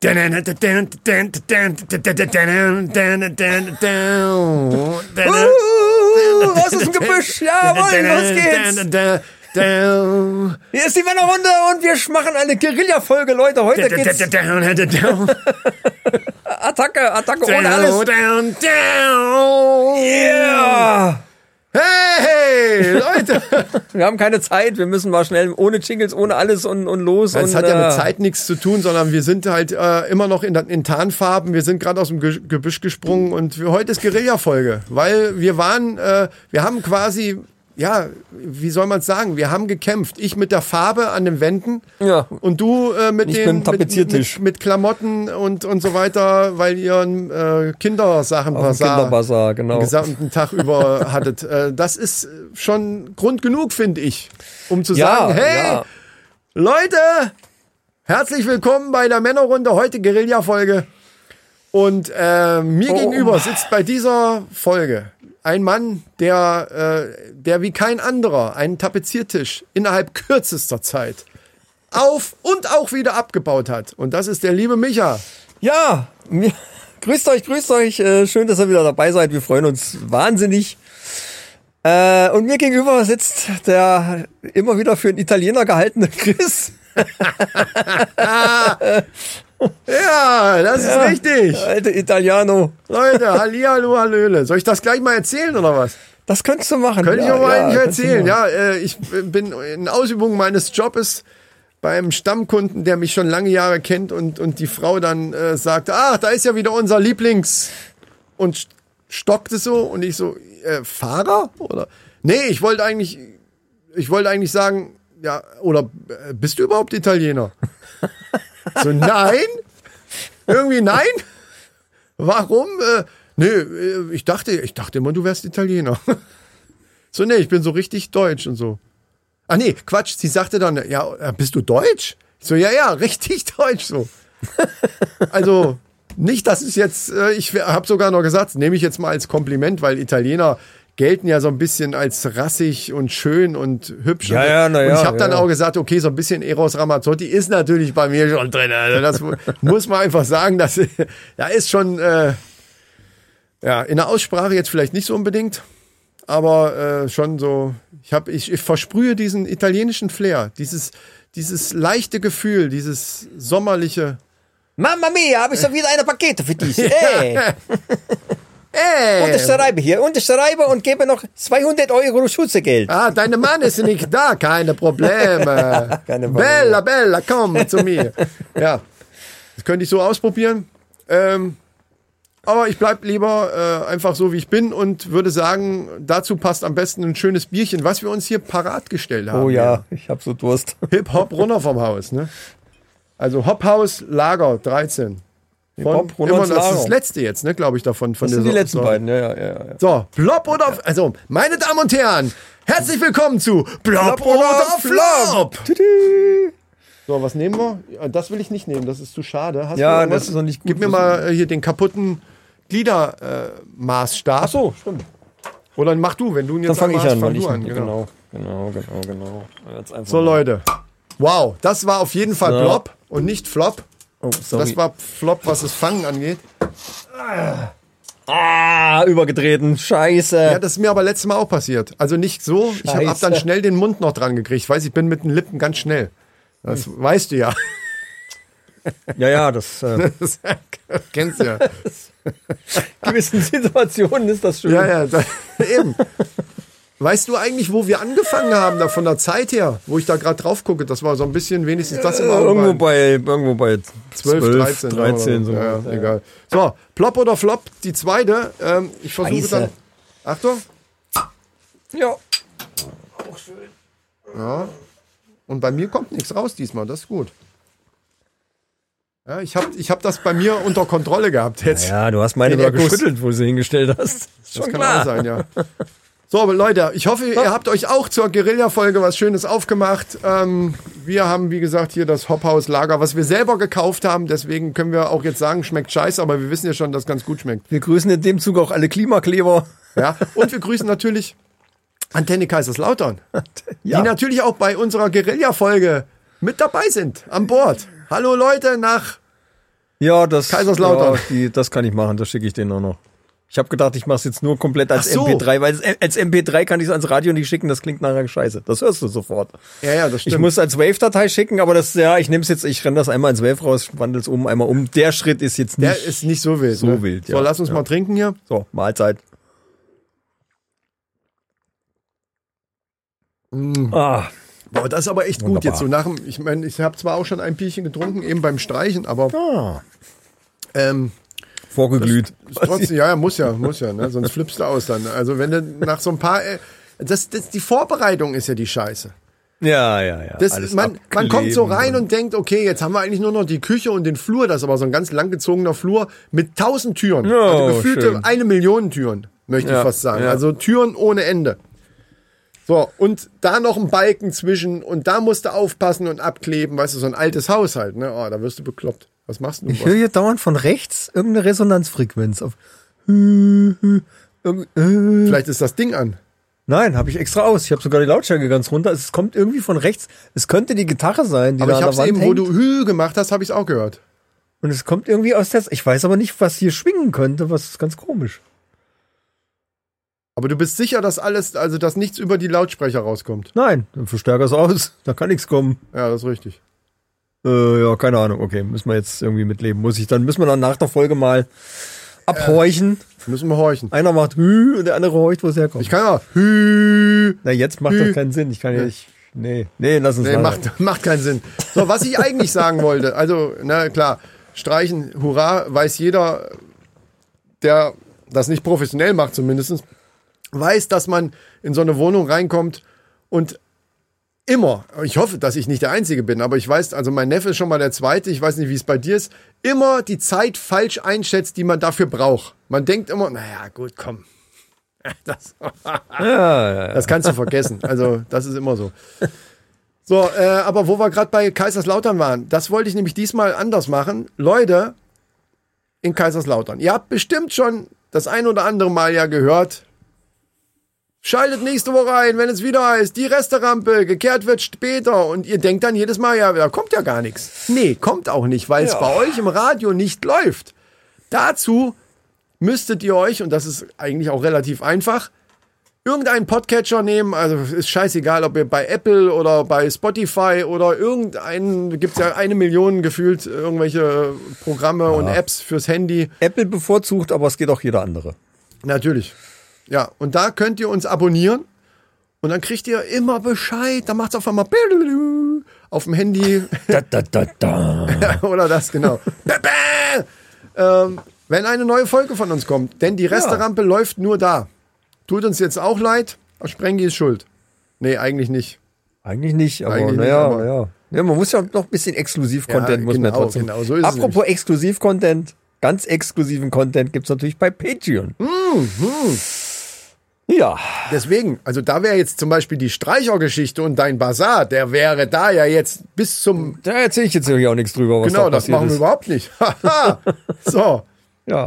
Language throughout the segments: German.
Was ist ein Gebüsch? Jawohl, los geht's. Hier ist die Männerrunde und wir machen eine Guerilla-Folge, Leute. Heute geht's... Attacke ohne alles. Yeah. Hey, Leute! Wir haben keine Zeit, wir müssen mal schnell ohne Jingles, ohne alles und los. Es hat ja mit Zeit nichts zu tun, sondern wir sind halt immer noch in Tarnfarben. Wir sind gerade aus dem Gebüsch gesprungen und heute ist Guerilla-Folge, weil wir haben quasi, ja, wie soll man es sagen, wir haben gekämpft. Ich mit der Farbe an den Wänden und du mit Klamotten und so weiter, weil ihr einen Kindersachenbazar genau. den gesamten Tag über hattet. Das ist schon Grund genug, finde ich, um zu sagen, hey, Leute, herzlich willkommen bei der Männerrunde, heute Guerilla-Folge. Und mir gegenüber sitzt bei dieser Folge ein Mann, der wie kein anderer einen Tapeziertisch innerhalb kürzester Zeit auf und auch wieder abgebaut hat. Und das ist der liebe Micha. Ja, grüßt euch. Schön, dass ihr wieder dabei seid. Wir freuen uns wahnsinnig. Und mir gegenüber sitzt der immer wieder für einen Italiener gehaltene Chris. Ja, das ist richtig. Alte Italiano. Leute, hallihallo, hallöle. Soll ich das gleich mal erzählen oder was? Das könntest du machen. Könnte ich aber eigentlich erzählen. Ja, ich bin in Ausübung meines Jobs beim Stammkunden, der mich schon lange Jahre kennt und die Frau dann sagte, ach, da ist ja wieder unser Lieblings... Und stockte so und ich so, Fahrer? Oder? Nee, ich wollte eigentlich sagen, ja, oder bist du überhaupt Italiener? So, nein? Irgendwie nein? Warum? Nee, ich dachte immer, du wärst Italiener. So, nee, ich bin so richtig deutsch und so. Ah, nee, Quatsch, sie sagte dann, ja, bist du deutsch? Ich so, ja, richtig deutsch, so. Also, nicht, dass es jetzt, ich habe sogar noch gesagt, nehme ich jetzt mal als Kompliment, weil Italiener gelten ja so ein bisschen als rassig und schön und hübsch. Und ich habe dann auch gesagt, okay, so ein bisschen Eros Ramazzotti ist natürlich bei mir schon drin. Also das muss man einfach sagen, da ist schon, in der Aussprache jetzt vielleicht nicht so unbedingt, aber schon so, ich versprühe diesen italienischen Flair, dieses leichte Gefühl, dieses sommerliche. Mamma mia, habe ich schon wieder eine Pakete für dich. Ey. Unterschreibe und gebe noch 200 € Schutzgeld. Ah, dein Mann ist nicht da, keine Probleme. Bella, komm zu mir. Ja, das könnte ich so ausprobieren. Aber ich bleib lieber einfach so, wie ich bin und würde sagen, dazu passt am besten ein schönes Bierchen, was wir uns hier parat gestellt haben. Oh ja, ich hab so Durst. Hip-Hop runter vom Haus, ne? Also Hophaus Lager 13. Das ist das letzte jetzt, ne, glaube ich, davon. Das sind die letzten beiden, ja. So, Plop oder... Also, meine Damen und Herren, herzlich willkommen zu Plop oder Flop. So, was nehmen wir? Das will ich nicht nehmen, das ist zu schade. Das ist noch nicht gut. Gib mir mal hier den kaputten Gliedermaßstab. Ach so, stimmt. Oder mach du, wenn du ihn jetzt dann fange ich an. Fang du an. Genau. Jetzt so, Leute. Wow, das war auf jeden Fall Plop und nicht Flop. Oh, sorry. Das war Flop, was das Fangen angeht. Übergetreten. Scheiße. Ja, das ist mir aber letztes Mal auch passiert. Also nicht so. Ich hab dann schnell den Mund noch dran gekriegt. Ich weiß, ich bin mit den Lippen ganz schnell. Das weißt du ja. Ja, das kennst du ja. In gewissen Situationen ist das schön. Ja, eben. Weißt du eigentlich, wo wir angefangen haben, da von der Zeit her, wo ich da gerade drauf gucke? Das war so ein bisschen wenigstens das im Auge. Irgendwo bei 12, 13 so. Ja, egal. So, Plop oder Flop, die zweite. Ich versuche dann. Achtung. Ja. Auch schön. Ja. Und bei mir kommt nichts raus diesmal, das ist gut. Ja, ich hab das bei mir unter Kontrolle gehabt jetzt. Ja, du hast meine da geschüttelt, wo du sie hingestellt hast. Das kann auch sein, ja. So, Leute, ich hoffe, ihr habt euch auch zur Guerilla-Folge was Schönes aufgemacht. Wir haben, wie gesagt, hier das Hophaus-Lager, was wir selber gekauft haben. Deswegen können wir auch jetzt sagen, schmeckt scheiße, aber wir wissen ja schon, dass es ganz gut schmeckt. Wir grüßen in dem Zug auch alle Klimakleber. Ja, und wir grüßen natürlich Antenne Kaiserslautern, die natürlich auch bei unserer Guerilla-Folge mit dabei sind, an Bord. Hallo Leute, nach Ja, das Kaiserslautern. Ja, das kann ich machen, das schicke ich denen auch noch. Ich habe gedacht, ich mache es jetzt nur komplett als Ach so. MP3, weil als MP3 kann ich es ans Radio nicht schicken, das klingt nachher scheiße. Das hörst du sofort. Ja, das stimmt. Ich muss als Wave-Datei schicken, aber ich nehme es jetzt, ich renne das einmal ins Wave raus, wandle es einmal um. Der Schritt ist jetzt nicht Der ist nicht so wild. so wild. So, lass uns mal trinken hier. So, Mahlzeit. Boah, das ist aber echt gut Wunderbar. jetzt so ich meine, ich habe zwar auch schon ein Bierchen getrunken, eben beim Streichen, aber Vorgeglüht. trotzdem, muss ja, ne? Sonst flippst du aus dann. Also wenn du nach so ein paar, die Vorbereitung ist ja die Scheiße. Ja. Man kommt so rein und denkt, okay, jetzt haben wir eigentlich nur noch die Küche und den Flur, das ist aber so ein ganz langgezogener Flur mit 1000 Türen. Ja, also gefühlte schön. 1 Million Türen, möchte ich fast sagen. Ja. Also Türen ohne Ende. So, und da noch ein Balken zwischen und da musst du aufpassen und abkleben, weißt du, so ein altes Haus halt, ne? Oh, da wirst du bekloppt. Was machst du? Ich höre hier dauernd von rechts irgendeine Resonanzfrequenz auf. Vielleicht ist das Ding an. Nein, habe ich extra aus. Ich habe sogar die Lautstärke ganz runter. Es kommt irgendwie von rechts. Es könnte die Gitarre sein, die Aber da ich an hab's der Wand eben, hängt. wo du Hü gemacht hast, habe ich es auch gehört. Und es kommt irgendwie aus der... Ich weiß aber nicht, was hier schwingen könnte. Was ist ganz komisch. Aber du bist sicher, dass dass nichts über die Lautsprecher rauskommt. Nein, dann verstärker es aus. Da kann nichts kommen. Ja, das ist richtig. Ja, keine Ahnung. Okay, müssen wir jetzt irgendwie mitleben. Müssen wir dann nach der Folge mal abhorchen. Müssen wir horchen. Einer macht Hü und der andere horcht, wo es herkommt. Ich kann ja Hü. Na, jetzt macht das keinen Sinn. Ich kann ja nicht... Nee, lass uns mal. Macht keinen Sinn. So, was ich eigentlich sagen wollte, also, na klar, Streichen, hurra, weiß jeder, der das nicht professionell macht zumindest, weiß, dass man in so eine Wohnung reinkommt und immer, ich hoffe, dass ich nicht der Einzige bin, aber ich weiß, also mein Neffe ist schon mal der Zweite, ich weiß nicht, wie es bei dir ist, immer die Zeit falsch einschätzt, die man dafür braucht. Man denkt immer, naja, gut, komm. Das kannst du vergessen. Also, das ist immer so. So, aber wo wir gerade bei Kaiserslautern waren, das wollte ich nämlich diesmal anders machen. Leute in Kaiserslautern, ihr habt bestimmt schon das ein oder andere Mal ja gehört, schaltet nächste Woche ein, wenn es wieder heißt, die Resterampe, gekehrt wird später. Und ihr denkt dann jedes Mal, ja, da kommt ja gar nichts. Nee, kommt auch nicht, weil es bei euch im Radio nicht läuft. Dazu müsstet ihr euch, und das ist eigentlich auch relativ einfach, irgendeinen Podcatcher nehmen, also ist scheißegal, ob ihr bei Apple oder bei Spotify oder gibt's ja 1 Million gefühlt irgendwelche Programme und Apps fürs Handy. Apple bevorzugt, aber es geht auch jeder andere. Natürlich. Ja, und da könnt ihr uns abonnieren und dann kriegt ihr immer Bescheid. Da macht's auf einmal auf dem Handy. Oder das, genau. Wenn eine neue Folge von uns kommt. Denn die Resterampe läuft nur da. Tut uns jetzt auch leid, aber Sprengi ist schuld. Nee, eigentlich nicht. Eigentlich nicht, aber Eigentlich naja, nicht, aber- ja. Ja, man muss ja noch ein bisschen Exklusiv-Content, muss man ja trotzdem. Genau, so ist Apropos Exklusiv-Content, ganz exklusiven Content gibt's natürlich bei Patreon. Ja. Deswegen, also da wäre jetzt zum Beispiel die Streichergeschichte und dein Bazar, der wäre da ja jetzt bis zum... Da erzähle ich jetzt nämlich auch nichts drüber, was Genau, da das passiert machen wir ist. überhaupt nicht. Haha. So. Ja.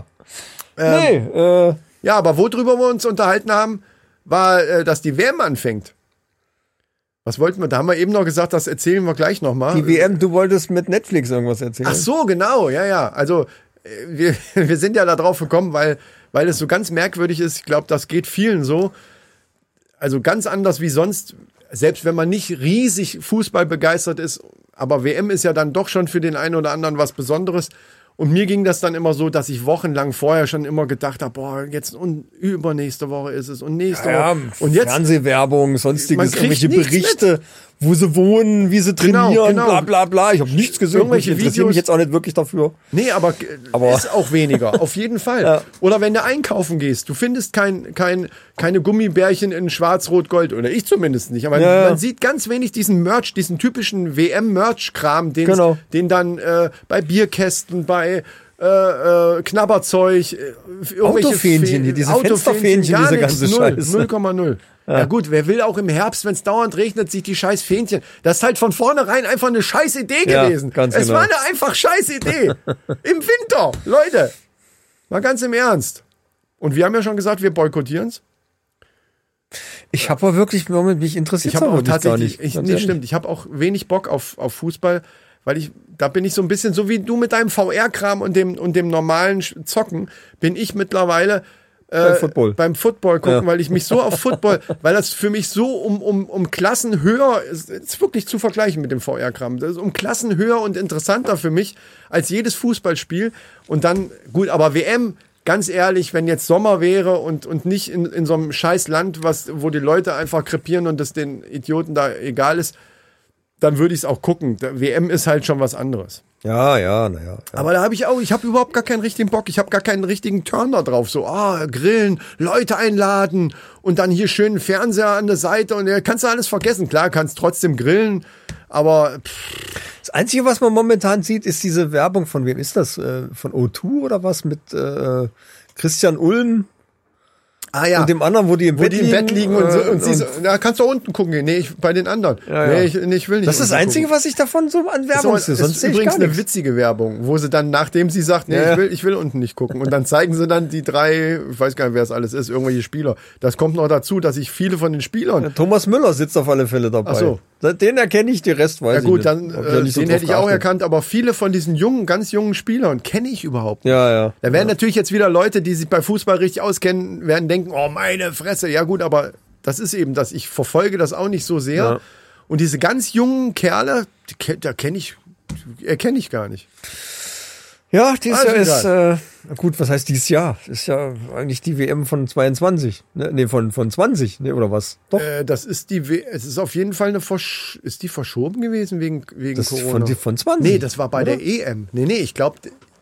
Ja, aber worüber wir uns unterhalten haben, war, dass die WM anfängt. Was wollten wir? Da haben wir eben noch gesagt, das erzählen wir gleich nochmal. Die WM, du wolltest mit Netflix irgendwas erzählen. Ach so, genau, ja. Also wir sind ja da drauf gekommen, weil es so ganz merkwürdig ist. Ich glaube, das geht vielen so. Also ganz anders wie sonst, selbst wenn man nicht riesig Fußball begeistert ist, aber WM ist ja dann doch schon für den einen oder anderen was Besonderes. Und mir ging das dann immer so, dass ich wochenlang vorher schon immer gedacht habe, boah, jetzt und übernächste Woche ist es und nächste Woche. Und jetzt Fernsehwerbung, Man sonstiges, kriegt irgendwelche nichts Berichte, wo sie wohnen, wie sie trainieren, Genau. bla bla bla. Ich habe nichts gesehen. Irgendwelche Ich interessiere Videos. mich jetzt auch nicht wirklich dafür. Nee, aber ist auch weniger, auf jeden Fall. Ja. Oder wenn du einkaufen gehst, du findest keine Gummibärchen in Schwarz-Rot-Gold, oder ich zumindest nicht, aber Ja. man sieht ganz wenig diesen Merch, diesen typischen WM-Merch-Kram, Genau. den dann bei Bierkästen, bei Knabberzeug, irgendwelche Autofähnchen hier, diese Fensterfähnchen, gar diese nichts, ganze Scheiße. 0,0. Ja gut, wer will auch im Herbst, wenn es dauernd regnet, sich die scheiß Fähnchen. Das ist halt von vornherein einfach eine scheiß Idee Ja, gewesen. ganz Es genau. war eine einfach scheiß Idee. Im Winter, Leute. Mal ganz im Ernst. Und wir haben ja schon gesagt, wir boykottieren's. Ich habe aber wirklich, mich interessiert Ich habe auch gar tatsächlich, nicht. nee, stimmt, ich habe auch wenig Bock auf Fußball, Da bin ich so ein bisschen so wie du mit deinem VR-Kram und dem normalen Zocken, bin ich mittlerweile beim Football gucken, weil ich mich so auf Football, weil das für mich so um Klassen höher ist wirklich zu vergleichen mit dem VR-Kram. Das ist um Klassen höher und interessanter für mich als jedes Fußballspiel. Und dann, gut, aber WM, ganz ehrlich, wenn jetzt Sommer wäre und nicht in so einem scheiß Land, wo die Leute einfach krepieren und das den Idioten da egal ist, dann würde ich es auch gucken. Der WM ist halt schon was anderes. Ja, naja. Ja. Aber da habe ich habe überhaupt gar keinen richtigen Bock. Ich habe gar keinen richtigen Turn da drauf. So, grillen, Leute einladen und dann hier schön Fernseher an der Seite und kannst du alles vergessen. Klar, kannst trotzdem grillen, aber das Einzige, was man momentan sieht, ist diese Werbung von wem ist das? Von O2 oder was? Mit Christian Ulm. Ja. Und dem anderen, wo die im Bett liegen und sie so, na, kannst du unten gucken gehen. Nee, bei den anderen. Ja. Nee, ich will nicht. Das ist das Einzige, was ich davon so an Werbung sehe. Sonst ist übrigens eine witzige Werbung, wo sie dann, nachdem sie sagt, nee, ich will unten nicht gucken. Und dann zeigen sie dann die 3, ich weiß gar nicht, wer es alles ist, irgendwelche Spieler. Das kommt noch dazu, dass ich viele von den Spielern... Ja, Thomas Müller sitzt auf alle Fälle dabei. Ach so. Den erkenne ich, den Rest weiß ich nicht. Ja gut, dann den hätte ich auch erkannt, aber viele von diesen ganz jungen Spielern kenne ich überhaupt nicht. Ja. Da werden natürlich jetzt wieder Leute, die sich bei Fußball richtig auskennen, werden denken, oh meine Fresse. Ja gut, aber das ist eben das. Ich verfolge das auch nicht so sehr. Ja. Und diese ganz jungen Kerle, erkenne ich gar nicht. Ja, dieses Jahr ist, gut, was heißt dieses Jahr? Ist ja eigentlich die WM von 22, ne? Nee, von 20, ne, oder was? Doch. Das ist es ist auf jeden Fall ist die verschoben gewesen wegen das Corona? Von 20? Nee, das war bei der EM. Nee, ich glaube,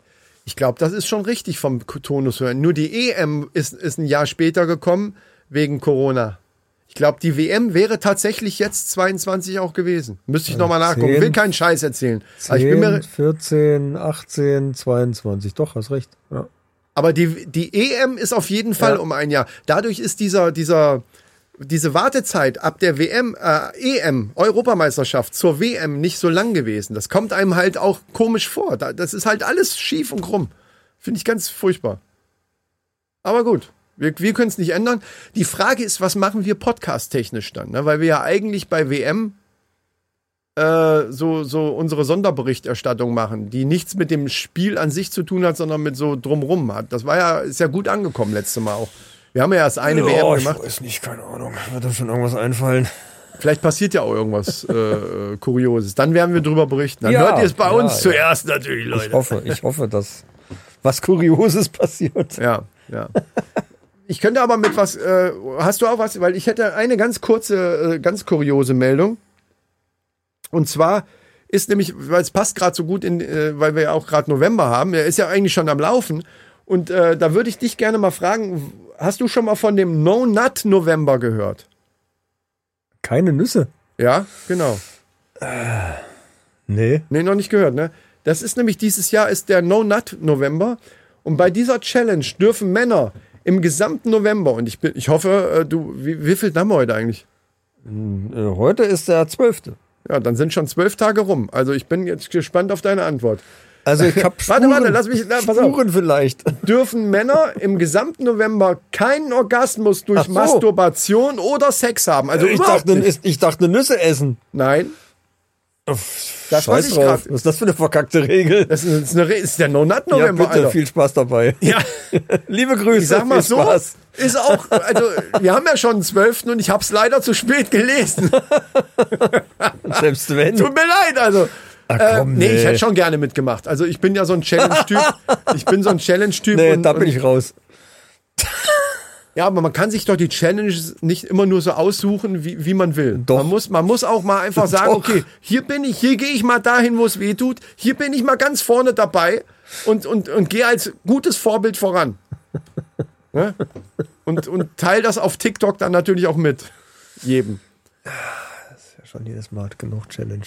das ist schon richtig vom Tonus hören. Nur die EM ist ein Jahr später gekommen wegen Corona. Ich glaube, die WM wäre tatsächlich jetzt 22 auch gewesen. Müsste ich nochmal nachgucken. Ich will keinen Scheiß erzählen. 10, 14, 18, 22. Doch, hast recht. Ja. Aber die EM ist auf jeden Fall um ein Jahr. Dadurch ist diese Wartezeit ab der EM, Europameisterschaft zur WM nicht so lang gewesen. Das kommt einem halt auch komisch vor. Das ist halt alles schief und krumm. Finde ich ganz furchtbar. Aber gut. Wir können es nicht ändern. Die Frage ist, was machen wir podcast-technisch dann? Ne? Weil wir ja eigentlich bei WM so unsere Sonderberichterstattung machen, die nichts mit dem Spiel an sich zu tun hat, sondern mit so drumrum hat. Das ist ja gut angekommen letztes Mal auch. Wir haben ja erst eine WM gemacht. Ich weiß nicht, keine Ahnung. Wird da schon irgendwas einfallen? Vielleicht passiert ja auch irgendwas Kurioses. Dann werden wir drüber berichten. Dann hört ihr es bei uns zuerst natürlich, Leute. Ich hoffe, dass was Kurioses passiert. Ja. Ich könnte aber mit was, hast du auch was? Weil ich hätte eine ganz kurze, ganz kuriose Meldung. Und zwar ist nämlich, weil es passt gerade so gut weil wir ja auch gerade November haben, er ist ja eigentlich schon am Laufen. Und da würde ich dich gerne mal fragen, hast du schon mal von dem No-Nut-November gehört? Keine Nüsse? Ja, genau. Nee, noch nicht gehört, ne? Das ist nämlich, dieses Jahr ist der No-Nut-November. Und bei dieser Challenge dürfen Männer im gesamten November, und ich hoffe, wie viel haben wir heute eigentlich? Heute ist der 12. Ja, dann sind schon 12 Tage rum. Also ich bin jetzt gespannt auf deine Antwort. Also ich habe Warte, lass mich... pass auf. Spuren vielleicht. Dürfen Männer im gesamten November keinen Orgasmus durch Masturbation oder Sex haben? Also ich dachte Nüsse essen. Nein. Das weiß ich gerade. Was ist das für eine verkackte Regel? Das ist der No-Nut-November, ja, bitte, viel Spaß dabei. Ja. Liebe Grüße, ich sag mal viel Spaß. Ist auch, also wir haben ja schon den 12. und ich habe es leider zu spät gelesen. Selbst wenn. Tut mir leid, also. Komm, nee, ich hätte schon gerne mitgemacht. Also ich bin ja so ein Challenge-Typ. Nee, da bin ich raus. Ja, aber man kann sich doch die Challenges nicht immer nur so aussuchen, wie man will. Doch. Man muss auch mal einfach sagen, okay, hier gehe ich mal dahin, wo es weh tut. Hier bin ich mal ganz vorne dabei und gehe als gutes Vorbild voran. Ne? Und teile das auf TikTok dann natürlich auch mit jedem. Das ist ja schon jedes Mal genug Challenge.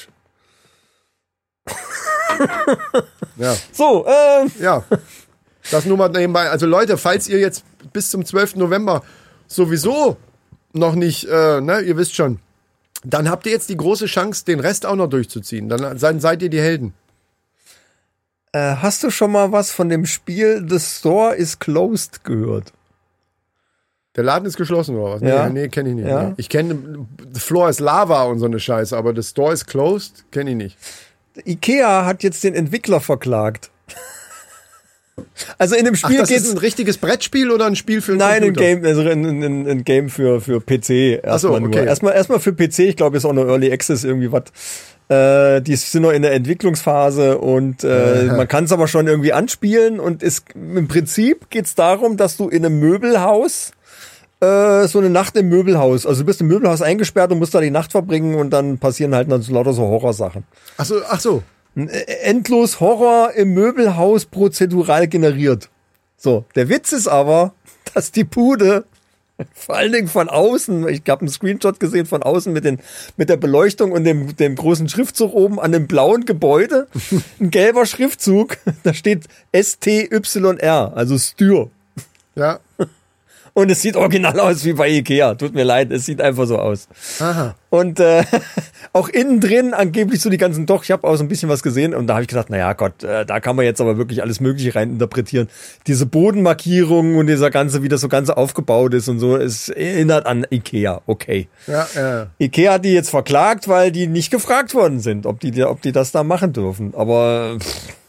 Ja. So, ja. Das nur mal nebenbei. Also Leute, falls ihr jetzt bis zum 12. November sowieso noch nicht, ihr wisst schon, dann habt ihr jetzt die große Chance, den Rest auch noch durchzuziehen. Dann seid ihr die Helden. Hast du schon mal was von dem Spiel The Store is Closed gehört? Der Laden ist geschlossen oder was? Ja. Nee, kenne ich nicht. Ja. Nee. Ich kenne The Floor is Lava und so eine Scheiße, aber The Store is Closed kenne ich nicht. Ikea hat jetzt den Entwickler verklagt. Also in dem Spiel das ist ein richtiges Brettspiel oder ein Spiel für einen Computer? Nein, ein Game für PC. Achso, okay. Erstmal für PC, ich glaube, ist auch noch Early Access irgendwie was. Die sind noch in der Entwicklungsphase und man kann es aber schon irgendwie anspielen und im Prinzip geht's darum, dass du in einem Möbelhaus so eine Nacht im Möbelhaus, also du bist im Möbelhaus eingesperrt und musst da die Nacht verbringen und dann passieren halt dann so lauter so Horrorsachen. Ach so. Endlos Horror im Möbelhaus prozedural generiert. So, der Witz ist aber, dass die Bude vor allen Dingen von außen, ich habe einen Screenshot gesehen von außen mit der Beleuchtung und dem großen Schriftzug oben an dem blauen Gebäude, ein gelber Schriftzug, da steht STYR, also Styr. Ja. Und es sieht original aus wie bei Ikea. Tut mir leid, es sieht einfach so aus. Aha. Und auch innen drin angeblich so die ganzen, ich habe auch so ein bisschen was gesehen und da habe ich gesagt, naja Gott, da kann man jetzt aber wirklich alles Mögliche rein interpretieren. Diese Bodenmarkierungen und dieser ganze, wie das so ganze aufgebaut ist und so, es erinnert an Ikea, okay. Ja. Ikea hat die jetzt verklagt, weil die nicht gefragt worden sind, ob die das da machen dürfen. Aber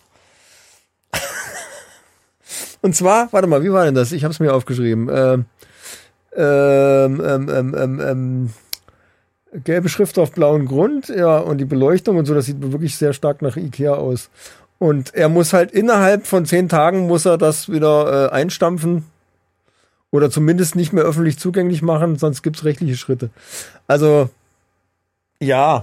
und zwar, warte mal, wie war denn das? Ich habe es mir aufgeschrieben. Gelbe Schrift auf blauem Grund, ja, und die Beleuchtung und so, das sieht wirklich sehr stark nach Ikea aus. Und er muss halt innerhalb von 10 Tagen muss er das wieder einstampfen oder zumindest nicht mehr öffentlich zugänglich machen, sonst gibt's rechtliche Schritte. Also, ja.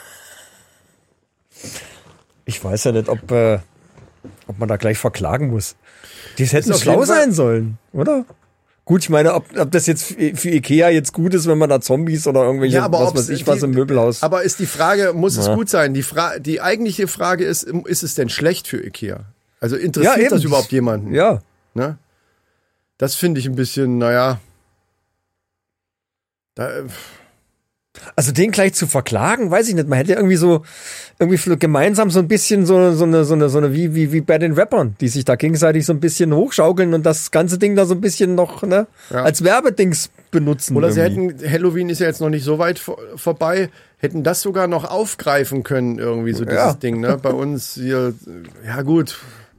Ich weiß ja nicht, ob man da gleich verklagen muss. Die hätten schlau sein sollen, oder? Gut, ich meine, ob das jetzt für Ikea jetzt gut ist, wenn man da Zombies oder irgendwelche, was im Möbelhaus. Aber ist die Frage, muss es gut sein? Die eigentliche Frage ist es denn schlecht für Ikea? Also interessiert das überhaupt jemanden? Ja. Ne? Das finde ich ein bisschen, also den gleich zu verklagen, weiß ich nicht. Man hätte irgendwie gemeinsam so ein bisschen so eine wie bei den Rappern, die sich da gegenseitig so ein bisschen hochschaukeln und das ganze Ding da so ein bisschen noch als Werbedings benutzen. Oder irgendwie. Halloween ist ja jetzt noch nicht so weit vorbei, hätten das sogar noch aufgreifen können irgendwie so dieses Ding. Ne? Bei uns hier, ja gut,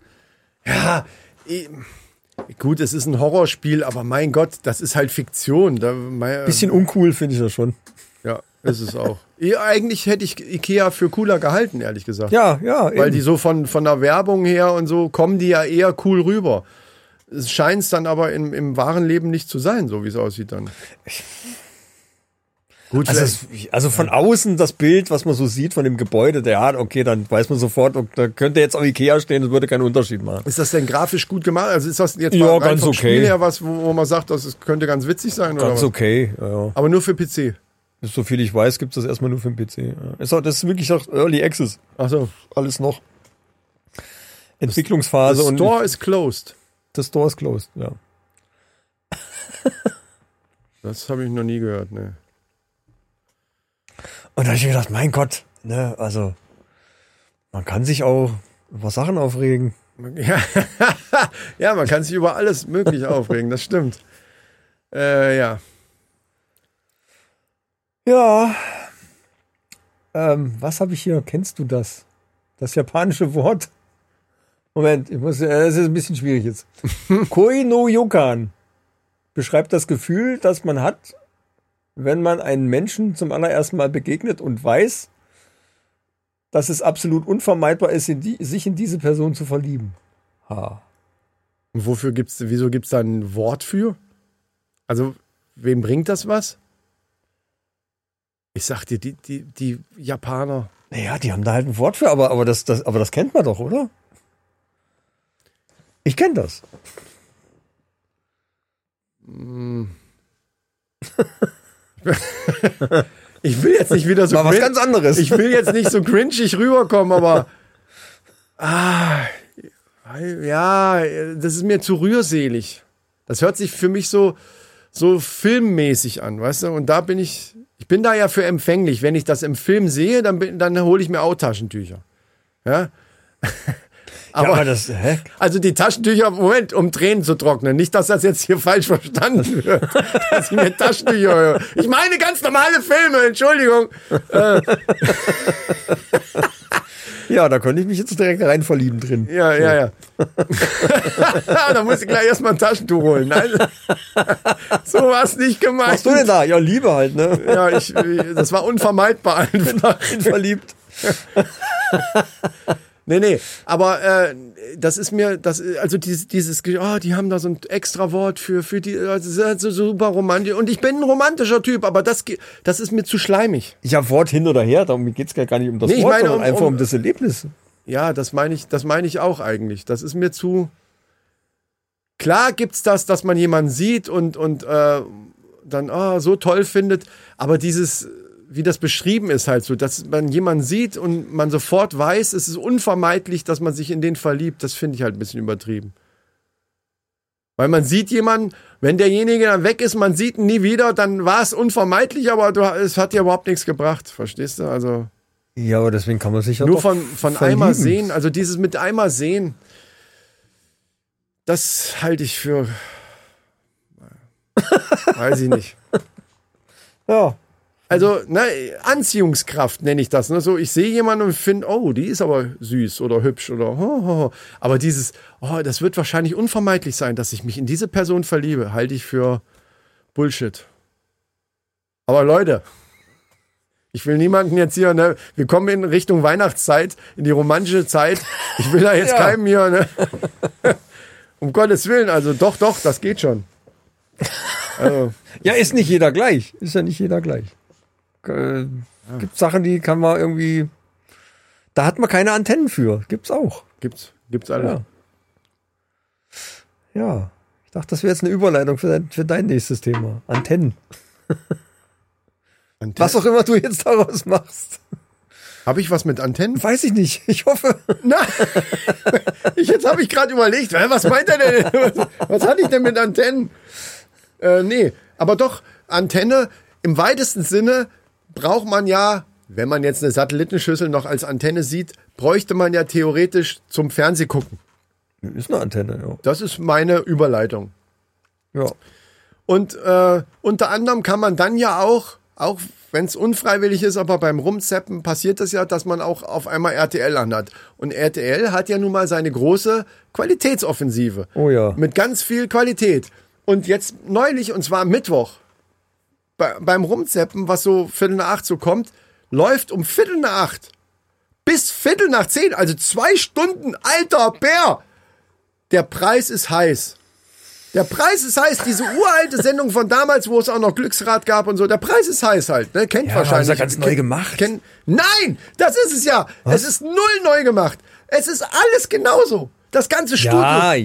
gut, es ist ein Horrorspiel, aber mein Gott, das ist halt Fiktion. Bisschen uncool finde ich das schon. Ja, ist es auch. Eigentlich hätte ich Ikea für cooler gehalten, ehrlich gesagt. Ja. Weil die so von der Werbung her und so kommen die ja eher cool rüber. Es scheint es dann aber im wahren Leben nicht zu sein, so wie es aussieht dann. Gut, also von außen das Bild, was man so sieht von dem Gebäude, okay, dann weiß man sofort, da könnte jetzt auch Ikea stehen, das würde keinen Unterschied machen. Ist das denn grafisch gut gemacht? Also ist das jetzt mal ganz vom Spiel her was, wo man sagt, das könnte ganz witzig sein? Ganz oder okay, ja. Aber nur für PC? So viel ich weiß, gibt es das erstmal nur für den PC. Ja. Das ist wirklich auch Early Access. Ach so. Alles noch. Entwicklungsphase. The store is closed. The store is closed, ja. Das habe ich noch nie gehört, ne. Und da habe ich mir gedacht, mein Gott, ne, also man kann sich auch über Sachen aufregen. Ja, man kann sich über alles Mögliche aufregen, das stimmt. Ja. Ja. Was habe ich hier? Kennst du das? Das japanische Wort? Moment, es ist ein bisschen schwierig jetzt. Koi no Yokan beschreibt das Gefühl, das man hat, wenn man einen Menschen zum allerersten Mal begegnet und weiß, dass es absolut unvermeidbar ist, sich in diese Person zu verlieben. Ha. Und wieso gibt's da ein Wort für? Also, wem bringt das was? Ich sag dir, die Japaner. Naja, die haben da halt ein Wort für, aber das kennt man doch, oder? Ich kenne das. Ich will jetzt nicht wieder so mal was ganz anderes. Ich will jetzt nicht so cringig rüberkommen, aber ja, das ist mir zu rührselig. Das hört sich für mich so filmmäßig an, weißt du? Und da bin ich bin da ja für empfänglich. Wenn ich das im Film sehe, dann hole ich mir auch Taschentücher. Ja? Aber also die Taschentücher, Moment, um Tränen zu trocknen. Nicht, dass das jetzt hier falsch verstanden wird. Dass ich mir Taschentücher höre. Ich meine ganz normale Filme, Entschuldigung. Ja, da konnte ich mich jetzt direkt rein verlieben drin. Ja. Da muss ich gleich erstmal ein Taschentuch holen. Nein, so war es nicht gemeint. Was machst du denn da? Ja, Liebe halt, ne? Ja, das war unvermeidbar einfach. Bin verliebt. Nee, aber das ist mir, also dieses, oh, die haben da so ein extra Wort für die, das ist halt so super romantisch. Und ich bin ein romantischer Typ, aber das ist mir zu schleimig. Ich habe Wort hin oder her, darum geht's gar nicht um das Wort, sondern einfach um das Erlebnis. Ja, das meine ich auch eigentlich. Das ist mir zu. Klar gibt's das, dass man jemanden sieht und dann so toll findet, aber dieses, wie das beschrieben ist halt so, dass man jemanden sieht und man sofort weiß, es ist unvermeidlich, dass man sich in den verliebt, das finde ich halt ein bisschen übertrieben. Weil man sieht jemanden, wenn derjenige dann weg ist, man sieht ihn nie wieder, dann war es unvermeidlich, aber es hat dir überhaupt nichts gebracht, verstehst du? Also ja, aber deswegen kann man sich ja nur doch von verlieben. einmal sehen, also dieses mit einmal sehen, das halte ich für, weiß ich nicht. Ja. Also, Anziehungskraft nenne ich das. Ne? So, ich sehe jemanden und finde, oh, die ist aber süß oder hübsch oder aber dieses, das wird wahrscheinlich unvermeidlich sein, dass ich mich in diese Person verliebe, halte ich für Bullshit. Aber Leute, ich will niemanden jetzt hier, ne, wir kommen in Richtung Weihnachtszeit, in die romantische Zeit. Ich will da jetzt keinem hier, ne? Um Gottes Willen, also doch, das geht schon. Also. Ja, ist nicht jeder gleich. Ist ja nicht jeder gleich. Gibt Sachen, die kann man irgendwie, da hat man keine Antennen für. Gibt's auch. Gibt's alles. Ja. Ich dachte, das wäre jetzt eine Überleitung für dein nächstes Thema. Antennen. Was auch immer du jetzt daraus machst. Habe ich was mit Antennen? Weiß ich nicht. Ich hoffe. Nein. Jetzt habe ich gerade überlegt, was meint er denn? Was hatte ich denn mit Antennen? Nee, aber doch, Antenne im weitesten Sinne braucht man ja, wenn man jetzt eine Satellitenschüssel noch als Antenne sieht, bräuchte man ja theoretisch zum Fernsehgucken. Ist eine Antenne, ja. Das ist meine Überleitung. Ja. Und unter anderem kann man dann ja auch wenn es unfreiwillig ist, aber beim Rumzappen passiert es ja, dass man auch auf einmal RTL anhat. Und RTL hat ja nun mal seine große Qualitätsoffensive. Oh ja. Mit ganz viel Qualität. Und jetzt neulich, und zwar am Mittwoch, beim Rumzappen, was so 7:45 so kommt, läuft um 7:45 bis 7:10, also 2 Stunden, alter Bär. Der Preis ist heiß. Der Preis ist heiß, diese uralte Sendung von damals, wo es auch noch Glücksrad gab und so, der Preis ist heiß halt, ne? Kennt wahrscheinlich. Haben sie ganz neu gemacht. Nein, das ist es ja. Was? Es ist null neu gemacht. Es ist alles genauso. Das ganze Studio.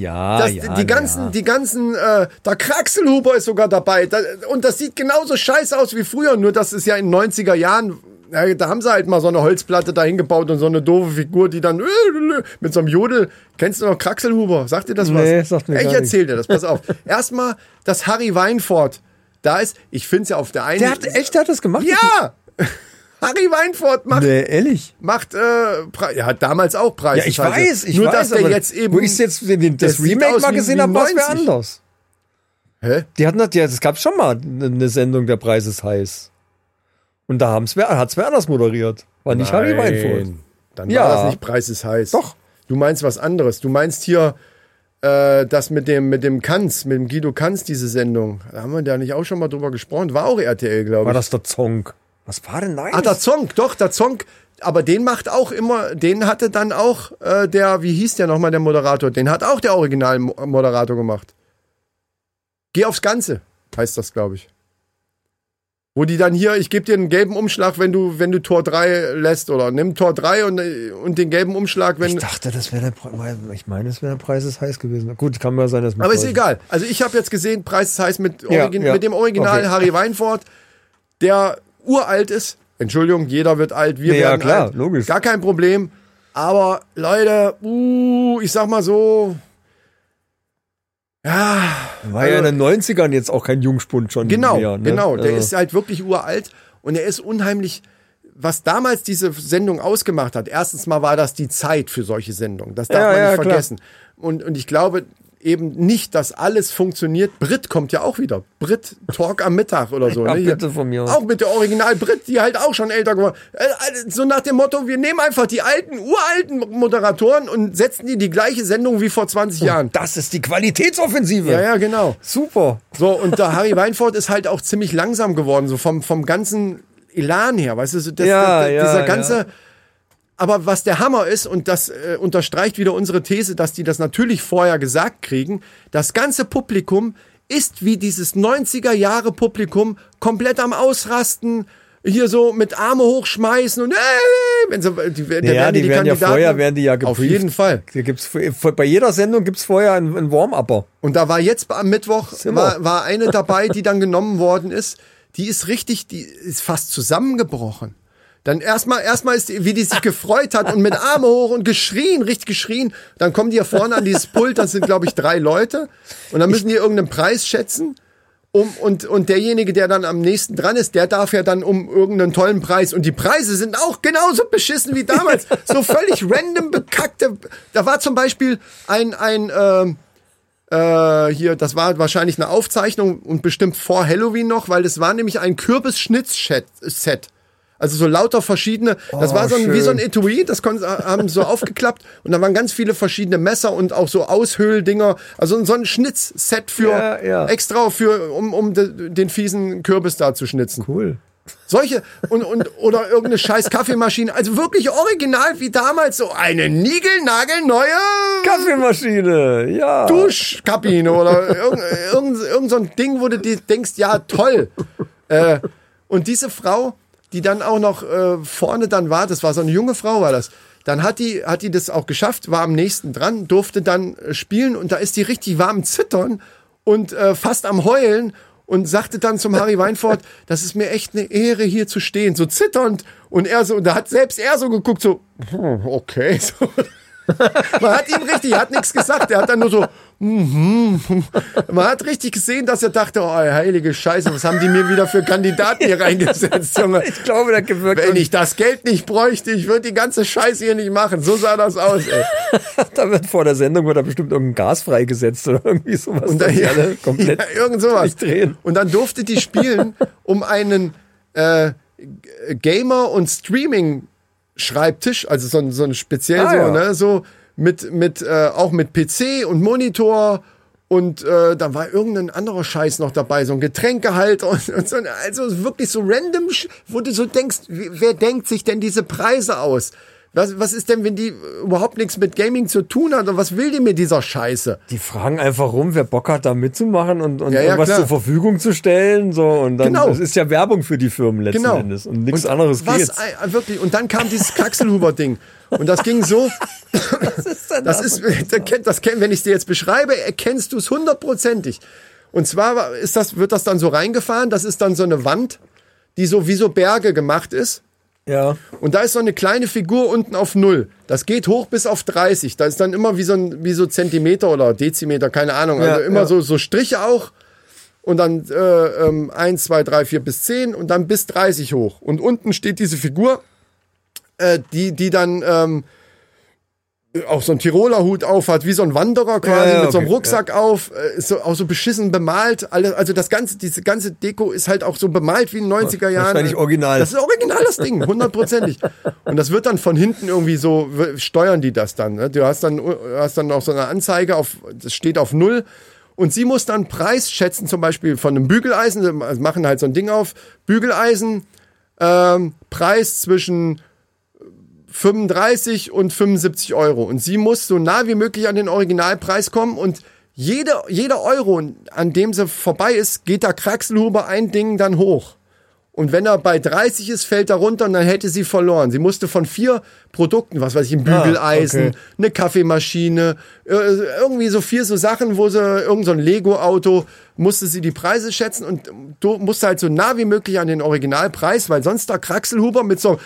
Die ganzen, der Kraxelhuber ist sogar dabei. Und das sieht genauso scheiße aus wie früher, nur das ist ja in den 90er Jahren, da haben sie halt mal so eine Holzplatte dahin gebaut und so eine doofe Figur, die dann mit so einem Jodel. Kennst du noch Kraxelhuber? Sagt dir das was? Nee, sagt mir gar nicht. Ich erzähl dir das, pass auf. Erstmal, das Harry Weinfurt. Da ist, ich find's ja auf der einen... Der hat das gemacht? Ja! Harry Weinfurt macht... Nee, ehrlich? Hat damals auch Preise. Ja, ich weiß. Nur, dass der jetzt eben... Wo ich jetzt das Remake mal gesehen habe, war es wer anders. Hä? Es gab schon mal eine Sendung, der Preis ist heiß. Und da hat's wer anders moderiert. War nicht Harry Weinfurt. Dann war das nicht Preis ist heiß. Doch. Du meinst was anderes. Du meinst hier das mit dem Kanz, mit dem Guido Kanz, diese Sendung. Da haben wir da nicht auch schon mal drüber gesprochen. War auch RTL, glaube ich. War das der Zonk? Was war denn nein? Der Zonk, doch, der Zonk. Aber den macht auch immer, den hatte dann auch wie hieß der nochmal, der Moderator? Den hat auch der Originalmoderator gemacht. Geh aufs Ganze, heißt das, glaube ich. Wo die dann hier, ich gebe dir einen gelben Umschlag, wenn du Tor 3 lässt, oder nimm Tor 3 und den gelben Umschlag, wenn... Ich dachte, das wäre der Preis ist heiß gewesen. Gut, kann mal sein, dass... Aber ist egal. Also ich habe jetzt gesehen, Preis ist heiß mit dem Original okay. Harry Weinfurt, der uralt ist. Entschuldigung, jeder wird alt, wir werden klar, alt. Logisch. Gar kein Problem. Aber Leute, ich sag mal so... Ja, war ja in den 90ern jetzt auch kein Jungspund schon. Genau, mehr, ne? genau. Der ist halt wirklich uralt und er ist unheimlich, was damals diese Sendung ausgemacht hat. Erstens mal war das die Zeit für solche Sendungen. Das darf man nicht vergessen. Und ich glaube, eben nicht, dass alles funktioniert. Brit kommt ja auch wieder. Brit Talk am Mittag oder so. Ja, ne? bitte von mir. Auch mit der Original Brit, die halt auch schon älter geworden. So nach dem Motto, wir nehmen einfach die uralten Moderatoren und setzen die gleiche Sendung wie vor 20 Jahren. Das ist die Qualitätsoffensive. Ja, genau. Super. So, und der Harry Weinfurt ist halt auch ziemlich langsam geworden, so vom ganzen Elan her, weißt du, so dieser ganze... Aber was der Hammer ist, und das unterstreicht wieder unsere These, dass die das natürlich vorher gesagt kriegen, das ganze Publikum ist wie dieses 90er-Jahre-Publikum komplett am Ausrasten, hier so mit Arme hochschmeißen und wenn sie, die werden ja vorher werden die ja geprüft. Auf jeden Fall. Bei jeder Sendung gibt's vorher einen Warm-Upper. Und da war jetzt am Mittwoch war eine dabei, die dann genommen worden ist, die ist fast zusammengebrochen. Dann erstmal ist, wie die sich gefreut hat und mit Arme hoch und richtig geschrien. Dann kommen die ja vorne an dieses Pult, das sind, glaube ich, 3 Leute. Und dann müssen die irgendeinen Preis schätzen. Und derjenige, der dann am nächsten dran ist, der darf ja dann um irgendeinen tollen Preis. Und die Preise sind auch genauso beschissen wie damals. So völlig random bekackte. Da war zum Beispiel das war wahrscheinlich eine Aufzeichnung und bestimmt vor Halloween noch, weil das war nämlich ein Kürbis-Schnitz-Set. Also so lauter verschiedene, das war wie so ein Etui, das haben so aufgeklappt und da waren ganz viele verschiedene Messer und auch so Aushöhldinger, also so ein Schnitzset extra um den fiesen Kürbis da zu schnitzen. Cool. Solche oder irgendeine scheiß Kaffeemaschine, also wirklich original wie damals, so eine niegelnagelneue Kaffeemaschine, ja. Duschkabine oder irgend so ein Ding, wo du dir denkst, ja toll. Und diese Frau, die dann auch noch vorne dann war, das war so eine junge Frau, war das. Dann hat die das auch geschafft, war am nächsten dran, durfte dann spielen und da ist die richtig warm zittern und fast am Heulen und sagte dann zum Harry Weinfurt, das ist mir echt eine Ehre, hier zu stehen, so zitternd. Und da hat selbst er so geguckt, so, okay, so. Man hat ihm hat nichts gesagt, er hat dann nur so, man hat richtig gesehen, dass er dachte, oh, heilige Scheiße, was haben die mir wieder für Kandidaten hier reingesetzt, Junge. Ich glaube, da gewirkt. Wenn ich das Geld nicht bräuchte, ich würde die ganze Scheiße hier nicht machen. So sah das aus, ey. Da wird vor der Sendung bestimmt irgendein Gas freigesetzt oder irgendwie sowas. Und dann alle komplett irgend sowas. Drehen. Und dann durfte die spielen um einen Gamer- und Streaming-Schreibtisch, also so ein speziell so auch mit PC und Monitor und da war irgendein anderer Scheiß noch dabei, so ein Getränkehalt und so, also wirklich so random, wo du so denkst, wer denkt sich denn diese Preise aus? Was ist denn, wenn die überhaupt nichts mit Gaming zu tun hat? Und was will die mit dieser Scheiße? Die fragen einfach rum, wer Bock hat, da mitzumachen und was zur Verfügung zu stellen. So, und dann, genau. Das ist ja Werbung für die Firmen letzten Endes. Und nichts anderes geht. Wirklich. Und dann kam dieses Kraxelhuber-Ding. Und das ging so. Wenn ich es dir jetzt beschreibe, erkennst du es 100%ig. Und zwar wird das dann so reingefahren. Das ist dann so eine Wand, die so wie so Berge gemacht ist. Ja. Und da ist so eine kleine Figur unten auf 0. Das geht hoch bis auf 30. Da ist dann immer wie so Zentimeter oder Dezimeter, keine Ahnung. Also immer so Striche auch. Und dann 1, 2, 3, 4 bis 10 und dann bis 30 hoch. Und unten steht diese Figur, die dann auch so einen Tiroler Hut auf hat, wie so ein Wanderer quasi, mit so einem Rucksack auf, ist so, auch so beschissen bemalt. Also diese ganze Deko ist halt auch so bemalt wie in den 90er Jahren. Wahrscheinlich original. Das ist original, das Ding, 100%. Und das wird dann von hinten irgendwie so, steuern die das dann. Ne? Du hast dann auch so eine Anzeige, das steht auf 0. Und sie muss dann Preis schätzen, zum Beispiel von einem Bügeleisen, also machen halt so ein Ding auf, Bügeleisen, Preis zwischen 35 und 75 Euro. Und sie muss so nah wie möglich an den Originalpreis kommen und jeder Euro, an dem sie vorbei ist, geht der Kraxelhuber ein Ding dann hoch. Und wenn er bei 30 ist, fällt er runter und dann hätte sie verloren. Sie musste von 4 Produkten, was weiß ich, ein Bügeleisen, eine Kaffeemaschine, irgendwie so 4 so Sachen, wo sie, irgend so ein Lego-Auto, musste sie die Preise schätzen und du musst halt so nah wie möglich an den Originalpreis, weil sonst der Kraxelhuber mit so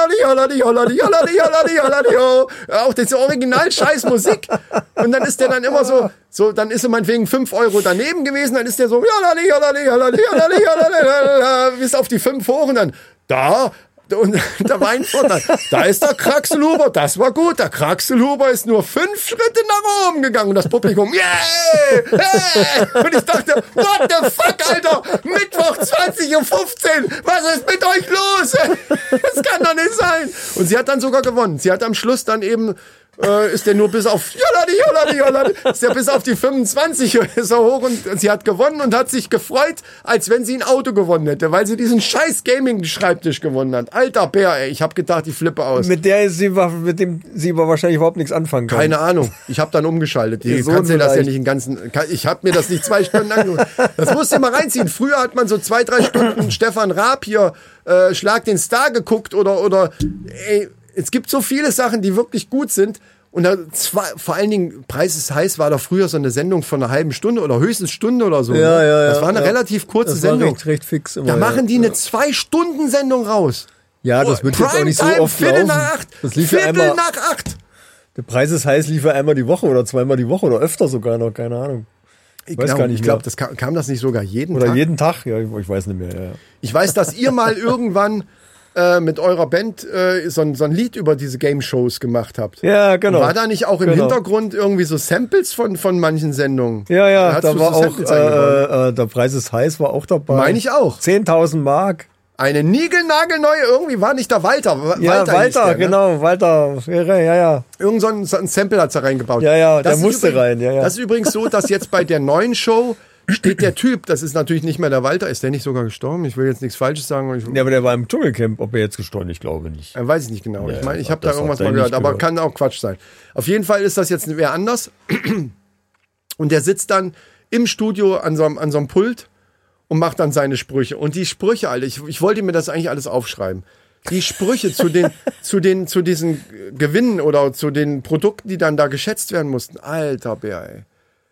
auch diese Original-Scheiß-Musik und dann ist der dann immer so, dann ist er meinetwegen 5 Euro daneben gewesen, dann ist der so bis auf die 5 hoch und dann da Und der Weinfurter, da ist der Kraxelhuber, das war gut. Der Kraxelhuber ist nur 5 Schritte nach oben gegangen und das Publikum, yeah, hey. Und ich dachte, what the fuck, Alter, Mittwoch 20:15 Uhr, was ist mit euch los? Das kann doch nicht sein. Und sie hat dann sogar gewonnen. Sie hat am Schluss dann eben, ist der nur bis auf, ist der bis auf die 25 ist er hoch und sie hat gewonnen und hat sich gefreut, als wenn sie ein Auto gewonnen hätte, weil sie diesen scheiß Gaming-Schreibtisch gewonnen hat. Alter Bär, ey, ich hab gedacht, ich flippe aus. Mit dem sie wahrscheinlich überhaupt nichts anfangen kann. Keine Ahnung, ich habe dann umgeschaltet. Die kannst du das ja nicht ich habe mir das nicht 2 Stunden angeguckt. Das musst du mal reinziehen. Früher hat man so 2-3 Stunden Stefan Raab hier, Schlag den Star geguckt oder ey, es gibt so viele Sachen, die wirklich gut sind. Und vor allen Dingen, Preis ist heiß, war da früher so eine Sendung von einer halben Stunde oder höchstens Stunde oder so. Ja, das war eine relativ kurze Sendung. Recht fix immer, da machen die eine 2-Stunden-Sendung raus. Ja, das wird jetzt auch nicht so oft laufen. Das lief ja einmal. Nach 8. Der Preis ist heiß, lief ja einmal die Woche oder zweimal die Woche oder öfter sogar noch, keine Ahnung. Ich weiß gar nicht. Ich glaube, das kam das nicht sogar jeden Tag? Oder jeden Tag, ja, ich weiß nicht mehr. Ja. Ich weiß, dass ihr mal irgendwann mit eurer Band so ein Lied über diese Game-Shows gemacht habt. Ja, genau. War da nicht auch im Hintergrund irgendwie so Samples von manchen Sendungen? Ja, da war auch, der Preis ist heiß, war auch dabei. Meine ich auch. 10.000 Mark. Eine niegelnagelneue, irgendwie war nicht der Walter. Walter, der, genau, ne? Walter, ja. Irgend so ein Sample hat's da reingebaut. Ja, der musste rein, ja. Das ist übrigens so, dass jetzt bei der neuen Show steht der Typ, das ist natürlich nicht mehr der Walter, ist der nicht sogar gestorben? Ich will jetzt nichts Falsches sagen. Ja, aber der war im Dschungelcamp, ob er jetzt gestorben ist, ich glaube nicht. Weiß ich nicht genau. Ja, ich meine, ich habe da irgendwas mal gehört, aber kann auch Quatsch sein. Auf jeden Fall ist das jetzt wer anders. Und der sitzt dann im Studio an so einem Pult und macht dann seine Sprüche. Und die Sprüche, Alter, ich wollte mir das eigentlich alles aufschreiben. Die Sprüche zu diesen Gewinnen oder zu den Produkten, die dann da geschätzt werden mussten. Alter Bär, ey.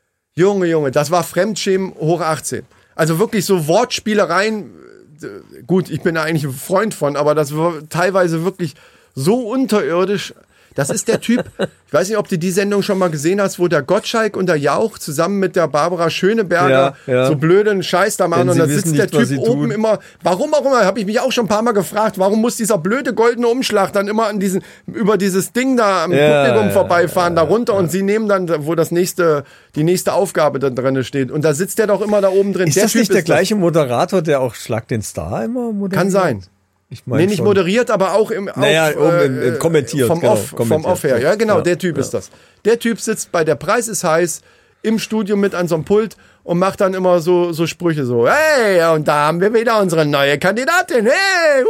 Junge, das war Fremdschämen hoch 18. Also wirklich so Wortspielereien. Gut, ich bin da eigentlich ein Freund von, aber das war teilweise wirklich so unterirdisch. Das ist der Typ, ich weiß nicht, ob du die Sendung schon mal gesehen hast, wo der Gottschalk und der Jauch zusammen mit der Barbara Schöneberger so blöden Scheiß da machen. Und da sitzt der Typ oben immer, warum auch immer, habe ich mich auch schon ein paar Mal gefragt, warum muss dieser blöde goldene Umschlag dann immer über dieses Ding da am Publikum vorbeifahren, da runter und sie nehmen dann, wo die nächste Aufgabe da drin steht. Und da sitzt der doch immer da oben drin. Ist das nicht der gleiche Moderator, der auch Schlag den Star immer moderiert? Kann sein. Ich mein nicht moderiert, aber auch kommentiert. Vom Off her. Ja, genau, der Typ ist das. Der Typ sitzt bei der Preis ist heiß im Studio mit an so einem Pult und macht dann immer so Sprüche so, hey, und da haben wir wieder unsere neue Kandidatin, hey,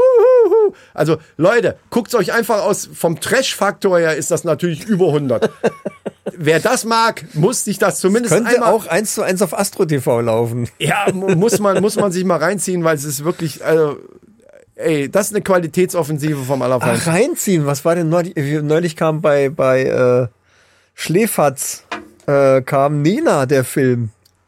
Also, Leute, guckt's euch einfach aus, vom Trash-Faktor her ist das natürlich über 100. Wer das mag, muss sich das zumindest könnte einmal auch 1:1 auf Astro TV laufen. Ja, muss man sich mal reinziehen, weil es ist wirklich, also, ey, das ist eine Qualitätsoffensive vom Allerfeinsten. Ach, reinziehen, was war denn neulich kam bei Schläferz kam Nena, der Film.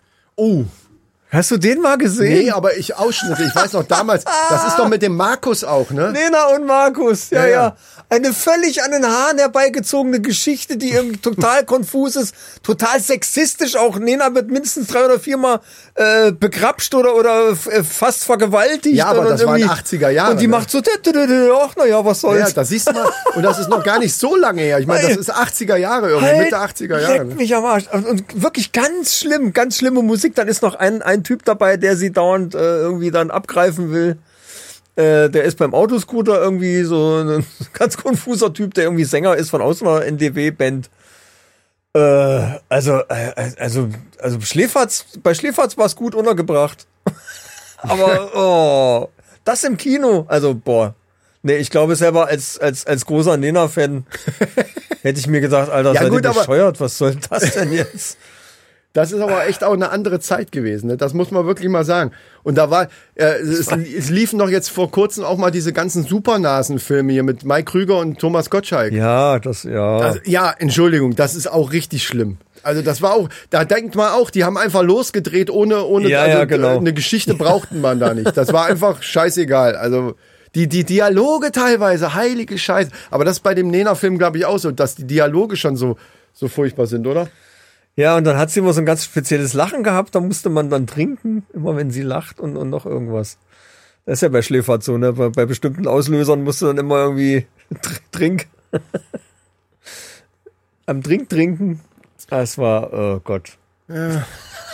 Oh. Hast du den mal gesehen? Nee, aber Ausschnitte. Ich weiß noch damals, das ist doch mit dem Markus auch, ne? Nena und Markus, ja. Eine völlig an den Haaren herbeigezogene Geschichte, die irgendwie total konfus ist, total sexistisch auch. Nena wird mindestens 3 oder 4 Mal begrapscht oder fast vergewaltigt. Ja, aber das waren 80er Jahre. Und die macht so, ach naja, was soll's. Ja, das siehst du mal. Und das ist noch gar nicht so lange her. Ich meine, das ist 80er Jahre, irgendwie Mitte 80er Jahre. Leck mich am Arsch. Und wirklich ganz schlimme Musik. Dann ist noch ein Typ dabei, der sie dauernd irgendwie dann abgreifen will. Der ist beim Autoscooter irgendwie so ein ganz konfuser Typ, der irgendwie Sänger ist von aus einer NDW-Band. Also bei Schläferz war es gut untergebracht. Aber das im Kino, also nee, ich glaube selber als großer Nena-Fan hätte ich mir gedacht, Alter, seid ihr bescheuert, was soll das denn jetzt? Das ist aber echt auch eine andere Zeit gewesen, ne? Das muss man wirklich mal sagen. Und da war, es liefen doch jetzt vor kurzem auch mal diese ganzen Supernasen-Filme hier mit Mike Krüger und Thomas Gottschalk. Ja, Entschuldigung, das ist auch richtig schlimm. Also das war auch, da denkt man auch, die haben einfach losgedreht ohne genau. Eine Geschichte brauchten man da nicht. Das war einfach scheißegal. Also die Dialoge teilweise, heilige Scheiße. Aber das ist bei dem Nena-Film, glaube ich, auch so, dass die Dialoge schon so furchtbar sind, oder? Ja, und dann hat sie immer so ein ganz spezielles Lachen gehabt, da musste man dann trinken, immer wenn sie lacht und noch irgendwas. Das ist ja bei Schläferz so, ne? Bei bestimmten Auslösern musst du dann immer irgendwie am Drink trinken. Das war, oh Gott. Ja.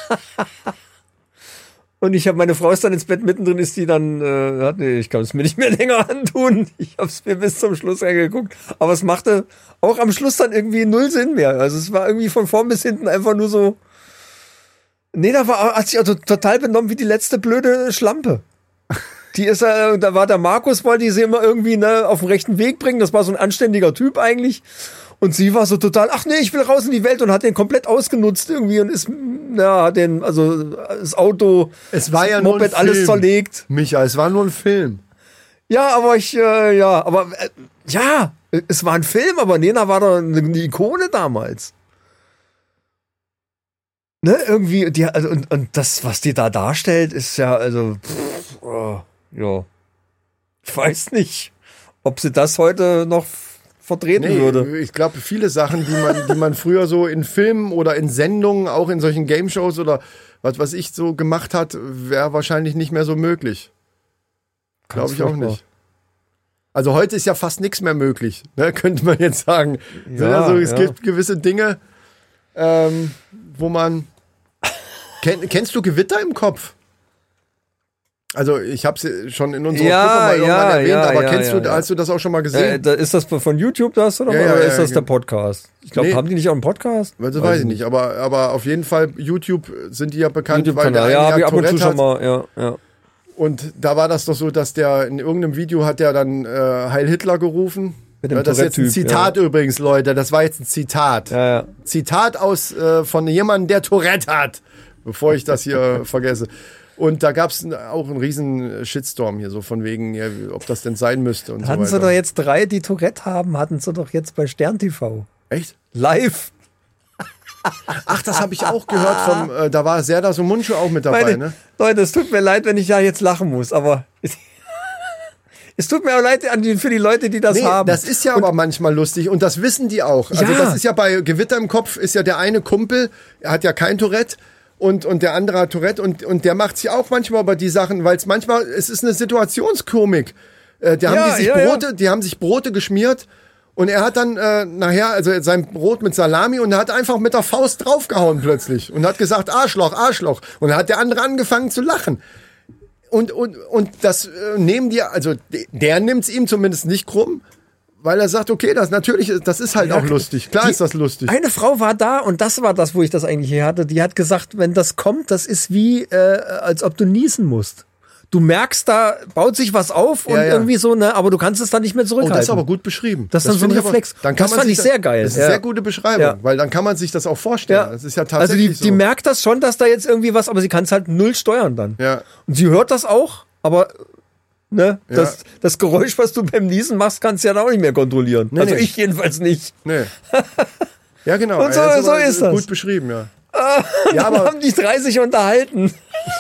Und meine Frau ist dann ins Bett, mittendrin ist die dann, nee, ich kann es mir nicht mehr länger antun. Ich habe es mir bis zum Schluss angeguckt. Aber es machte auch am Schluss dann irgendwie null Sinn mehr. Also es war irgendwie von vorn bis hinten einfach nur so. Nee, hat sich also total benommen wie die letzte blöde Schlampe. Die ist da war der Markus, wollte die sie immer irgendwie auf den rechten Weg bringen. Das war so ein anständiger Typ eigentlich. Und sie war so total, ach nee, ich will raus in die Welt und hat den komplett ausgenutzt irgendwie und ist, hat das Auto, es war ja Moped, alles zerlegt. Micha, es war nur ein Film. Ja, aber es war ein Film, aber Nena war doch eine Ikone damals. Ne, irgendwie, und das, was die da darstellt, ist ja, also, ja. Ich weiß nicht, ob sie das heute noch vertreten würde. Ich glaube, viele Sachen, die man früher so in Filmen oder in Sendungen, auch in solchen Game-Shows oder was ich so gemacht hat, wäre wahrscheinlich nicht mehr so möglich. Glaube ich auch nicht. Also heute ist ja fast nichts mehr möglich, ne, könnte man jetzt sagen. Ja, also, es gibt gewisse Dinge, wo man... Kennst du Gewitter im Kopf? Also ich habe es schon in unserer Gruppe mal irgendwann erwähnt, aber kennst du, hast du das auch schon mal gesehen? Ist das von YouTube das oder ist das der Podcast? Ich glaube, haben die nicht auch einen Podcast? Das weiß ich nicht, aber auf jeden Fall YouTube sind die ja bekannt, weil der eine ab und zu schon mal, ja. Und da war das doch so, dass der in irgendeinem Video hat der dann Heil Hitler gerufen. Mit dem das ist jetzt ein Zitat übrigens, Leute, das war jetzt ein Zitat. Ja. Zitat von jemandem, der Tourette hat, bevor ich das hier vergesse. Und da gab es auch einen riesen Shitstorm hier, so von wegen, ja, ob das denn sein müsste und hatten so weiter. Sie doch jetzt 3, die Tourette haben, hatten sie doch jetzt bei Stern TV. Echt? Live. Ach, das habe ich auch gehört da war Serdar Somuncu auch mit dabei, ne? Leute, es tut mir leid, wenn ich da jetzt lachen muss, aber es tut mir auch leid für die Leute, die das haben. Das ist ja aber manchmal lustig und das wissen die auch. Also das ist ja bei Gewitter im Kopf, ist ja der eine Kumpel, er hat ja kein Tourette. Und der andere hat Tourette und der macht sich auch manchmal über die Sachen, weil es ist eine Situationskomik. Die haben sich Brote geschmiert und er hat dann nachher, also sein Brot mit Salami und er hat einfach mit der Faust draufgehauen plötzlich und hat gesagt, Arschloch, Arschloch. Und dann hat der andere angefangen zu lachen. Und das nehmen die, also der nimmt's ihm zumindest nicht krumm. Weil er sagt, okay, das ist halt auch lustig. Klar ist das lustig. Eine Frau war da und das war das, wo ich das eigentlich hier hatte. Die hat gesagt, wenn das kommt, das ist wie, als ob du niesen musst. Du merkst, da baut sich was auf und irgendwie so, ne, aber du kannst es dann nicht mehr zurückhalten. Das ist aber gut beschrieben. Das ist dann so ein Reflex. Das fand ich sehr geil. Das ist eine sehr gute Beschreibung, weil dann kann man sich das auch vorstellen. Ja. Das ist ja tatsächlich also die merkt das schon, dass da jetzt irgendwie was, aber sie kann es halt null steuern dann. Ja. Und sie hört das auch, aber... Ne? Ja. Das Geräusch, was du beim Niesen machst, kannst du ja auch nicht mehr kontrollieren. Nee, ich jedenfalls nicht. Nee. Ja, genau. Und so ist das. Gut beschrieben, ja. Ja, aber haben die 30 unterhalten.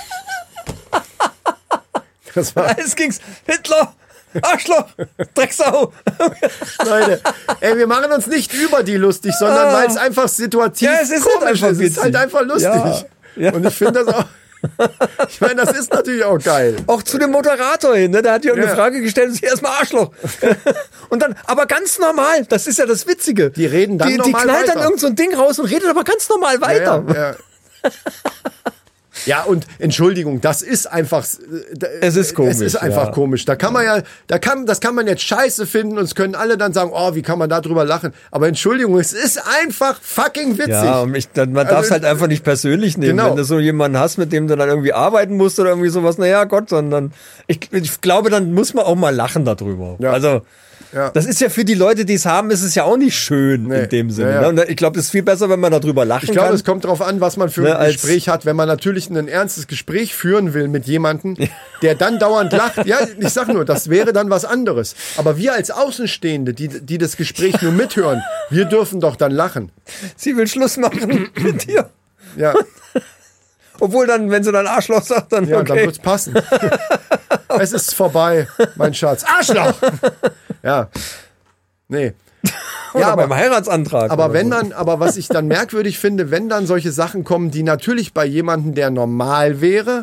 Es ging's. Hitler, Arschloch, Drecksau. Leute, wir machen uns nicht über die lustig, sondern weil es einfach situativ es ist halt einfach witzig. Es ist halt einfach lustig. Ja. Und ich finde das auch... Ich meine, das ist natürlich auch geil. Auch zu dem Moderator hin, ne? Der hat ja eine Frage gestellt und sie erstmal Arschloch. Und dann, aber ganz normal, das ist ja das Witzige. Die reden dann normal weiter. Die knallt dann irgend so ein Ding raus und redet aber ganz normal weiter. Ja. Ja, und Entschuldigung, das ist einfach. Es ist komisch. Es ist einfach komisch. Da kann man das kann man jetzt scheiße finden und es können alle dann sagen, oh, wie kann man da drüber lachen? Aber Entschuldigung, es ist einfach fucking witzig. Ja, und man darf es halt einfach nicht persönlich nehmen. Genau. Wenn du so jemanden hast, mit dem du dann irgendwie arbeiten musst oder irgendwie sowas, naja, Gott, sondern ich glaube, dann muss man auch mal lachen darüber. Ja. Also, das ist ja für die Leute, die es haben, ist es ja auch nicht schön in dem Sinne. Ja. Ne? Und ich glaube, es ist viel besser, wenn man darüber lachen kann. Ich glaube, es kommt darauf an, was man für ein Gespräch hat. Wenn man natürlich ein ernstes Gespräch führen will mit jemandem, der dann dauernd lacht, ja, ich sag nur, das wäre dann was anderes. Aber wir als Außenstehende, die das Gespräch nur mithören, wir dürfen doch dann lachen. Sie will Schluss machen mit dir. Ja. Obwohl dann, wenn sie dann Arschloch sagt, dann dann wird's passen. Es ist vorbei, mein Schatz. Arschloch! Ja. Nee. Oder aber beim Heiratsantrag. Aber aber was ich dann merkwürdig finde, wenn dann solche Sachen kommen, die natürlich bei jemandem, der normal wäre,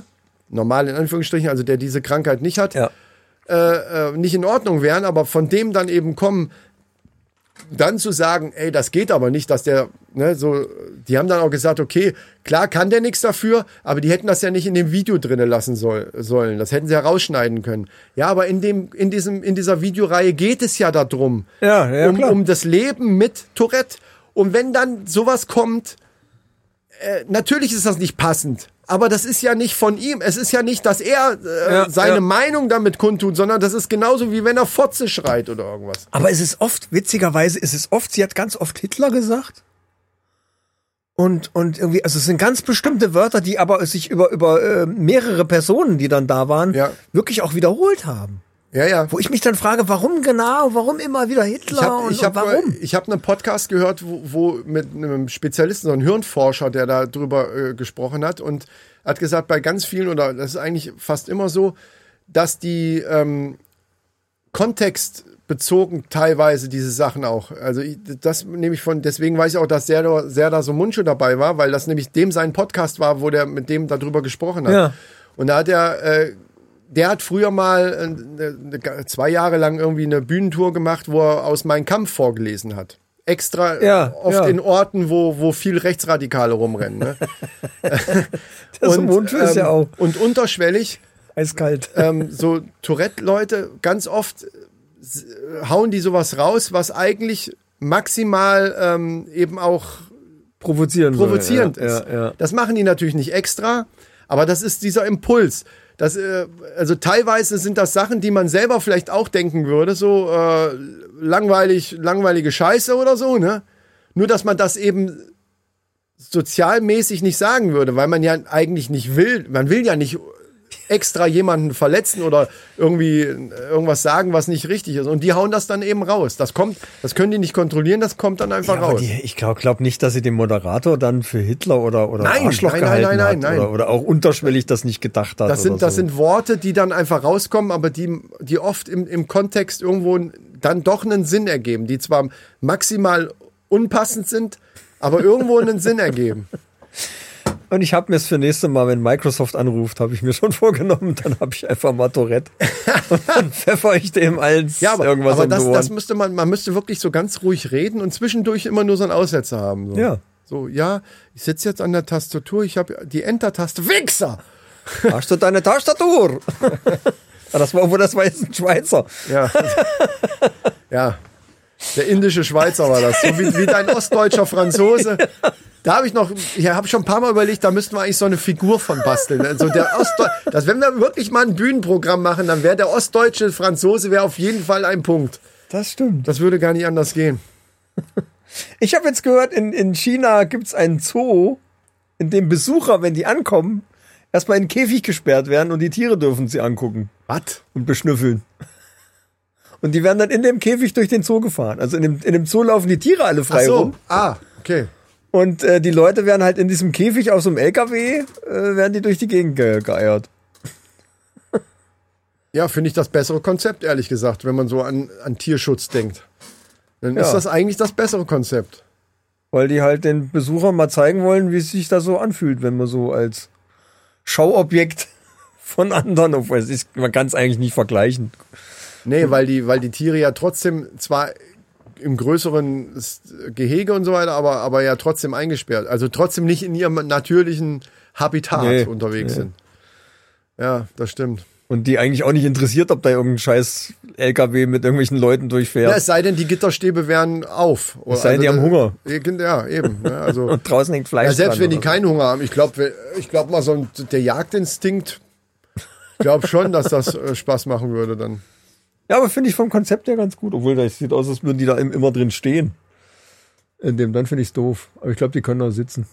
normal in Anführungsstrichen, also der diese Krankheit nicht hat, Ja. nicht in Ordnung wären, aber von dem dann eben kommen, dann zu sagen, ey, das geht aber nicht, dass der, ne, so, die haben dann auch gesagt, okay, klar kann der nichts dafür, aber die hätten das ja nicht in dem Video drinnen lassen sollen. Das hätten sie ja rausschneiden können. Ja, aber in dieser Videoreihe geht es ja darum, Ja, klar. um das Leben mit Tourette. Und wenn dann sowas kommt, natürlich ist das nicht passend. Aber das ist ja nicht von ihm. Es ist ja nicht, dass er seine Meinung damit kundtut, sondern das ist genauso wie wenn er Fotze schreit oder irgendwas. Aber es ist oft, witzigerweise, sie hat ganz oft Hitler gesagt. Und irgendwie, also es sind ganz bestimmte Wörter, die aber sich über mehrere Personen, die dann da waren, wirklich auch wiederholt haben. Ja. Wo ich mich dann frage, warum immer wieder Hitler und warum? Ich habe einen Podcast gehört, wo mit einem Spezialisten, so einem Hirnforscher, der da drüber gesprochen hat und hat gesagt, bei ganz vielen, oder das ist eigentlich fast immer so, dass die kontextbezogen teilweise diese Sachen auch, also das nehme ich deswegen weiß ich auch, dass Serdar Somuncu dabei war, weil das nämlich dem sein Podcast war, wo der mit dem darüber gesprochen hat. Ja. Und da hat der hat früher mal 2 Jahre lang irgendwie eine Bühnentour gemacht, wo er aus Mein Kampf vorgelesen hat. Extra oft in Orten, wo viel Rechtsradikale rumrennen. Ne? Das Mundschutz ist ja auch. Und unterschwellig. Eiskalt. So Tourette-Leute, ganz oft hauen die sowas raus, was eigentlich maximal eben auch provozierend ist. Ja. Das machen die natürlich nicht extra, aber das ist dieser Impuls. Also teilweise sind das Sachen, die man selber vielleicht auch denken würde, so langweilige Scheiße oder so, ne? Nur, dass man das eben sozialmäßig nicht sagen würde, weil man ja eigentlich nicht will. Man will ja nicht extra jemanden verletzen oder irgendwie irgendwas sagen, was nicht richtig ist. Und die hauen das dann eben raus. Das können die nicht kontrollieren, das kommt dann einfach raus. Ich glaube nicht, dass sie den Moderator dann für Hitler oder Arschloch gehalten hat. Oder auch unterschwellig das nicht gedacht hat. Das sind Worte, die dann einfach rauskommen, aber die oft im Kontext irgendwo dann doch einen Sinn ergeben, die zwar maximal unpassend sind, aber irgendwo einen Sinn ergeben. Und ich habe mir es für nächstes Mal, wenn Microsoft anruft, habe ich mir schon vorgenommen, dann habe ich einfach mal Tourette. Und dann pfeffer ich dem als irgendwas aber das müsste man müsste wirklich so ganz ruhig reden und zwischendurch immer nur so einen Aussetzer haben. So. Ja. So, ich sitze jetzt an der Tastatur, ich habe die Enter-Taste. Wichser! Hast du deine Tastatur? Das war jetzt ein Schweizer. Ja. Ja. Der indische Schweizer war das. So wie dein ostdeutscher Franzose. Da habe ich schon ein paar Mal überlegt, da müssten wir eigentlich so eine Figur von basteln. Also wenn wir wirklich mal ein Bühnenprogramm machen, dann wäre der ostdeutsche Franzose auf jeden Fall ein Punkt. Das stimmt. Das würde gar nicht anders gehen. Ich habe jetzt gehört, in China gibt's einen Zoo, in dem Besucher, wenn die ankommen, erstmal in den Käfig gesperrt werden und die Tiere dürfen sie angucken. Was? Und beschnüffeln. Und die werden dann in dem Käfig durch den Zoo gefahren. Also in dem Zoo laufen die Tiere alle frei rum. Okay. Und die Leute werden halt in diesem Käfig aus so einem LKW, werden die durch die Gegend geeiert. Ja, finde ich das bessere Konzept, ehrlich gesagt, wenn man so an Tierschutz denkt. Dann ist das eigentlich das bessere Konzept. Weil die halt den Besuchern mal zeigen wollen, wie es sich da so anfühlt, wenn man so als Schauobjekt von anderen, obwohl man kann es eigentlich nicht vergleichen. Nee, weil die Tiere ja trotzdem zwar im größeren Gehege und so weiter, aber ja trotzdem eingesperrt. Also trotzdem nicht in ihrem natürlichen Habitat unterwegs sind. Ja, das stimmt. Und die eigentlich auch nicht interessiert, ob da irgendein scheiß LKW mit irgendwelchen Leuten durchfährt. Ja, es sei denn, die Gitterstäbe wären auf. Es sei denn, die haben Hunger. Ja, eben. Ne, also, und draußen hängt Fleisch selbst dran, wenn die keinen Hunger haben. Ich glaube mal, der Jagdinstinkt, ich glaube schon, dass das Spaß machen würde dann. Ja, aber finde ich vom Konzept her ganz gut. Obwohl, das sieht aus, als würden die da immer drin stehen. Dann finde ich es doof. Aber ich glaube, die können da sitzen.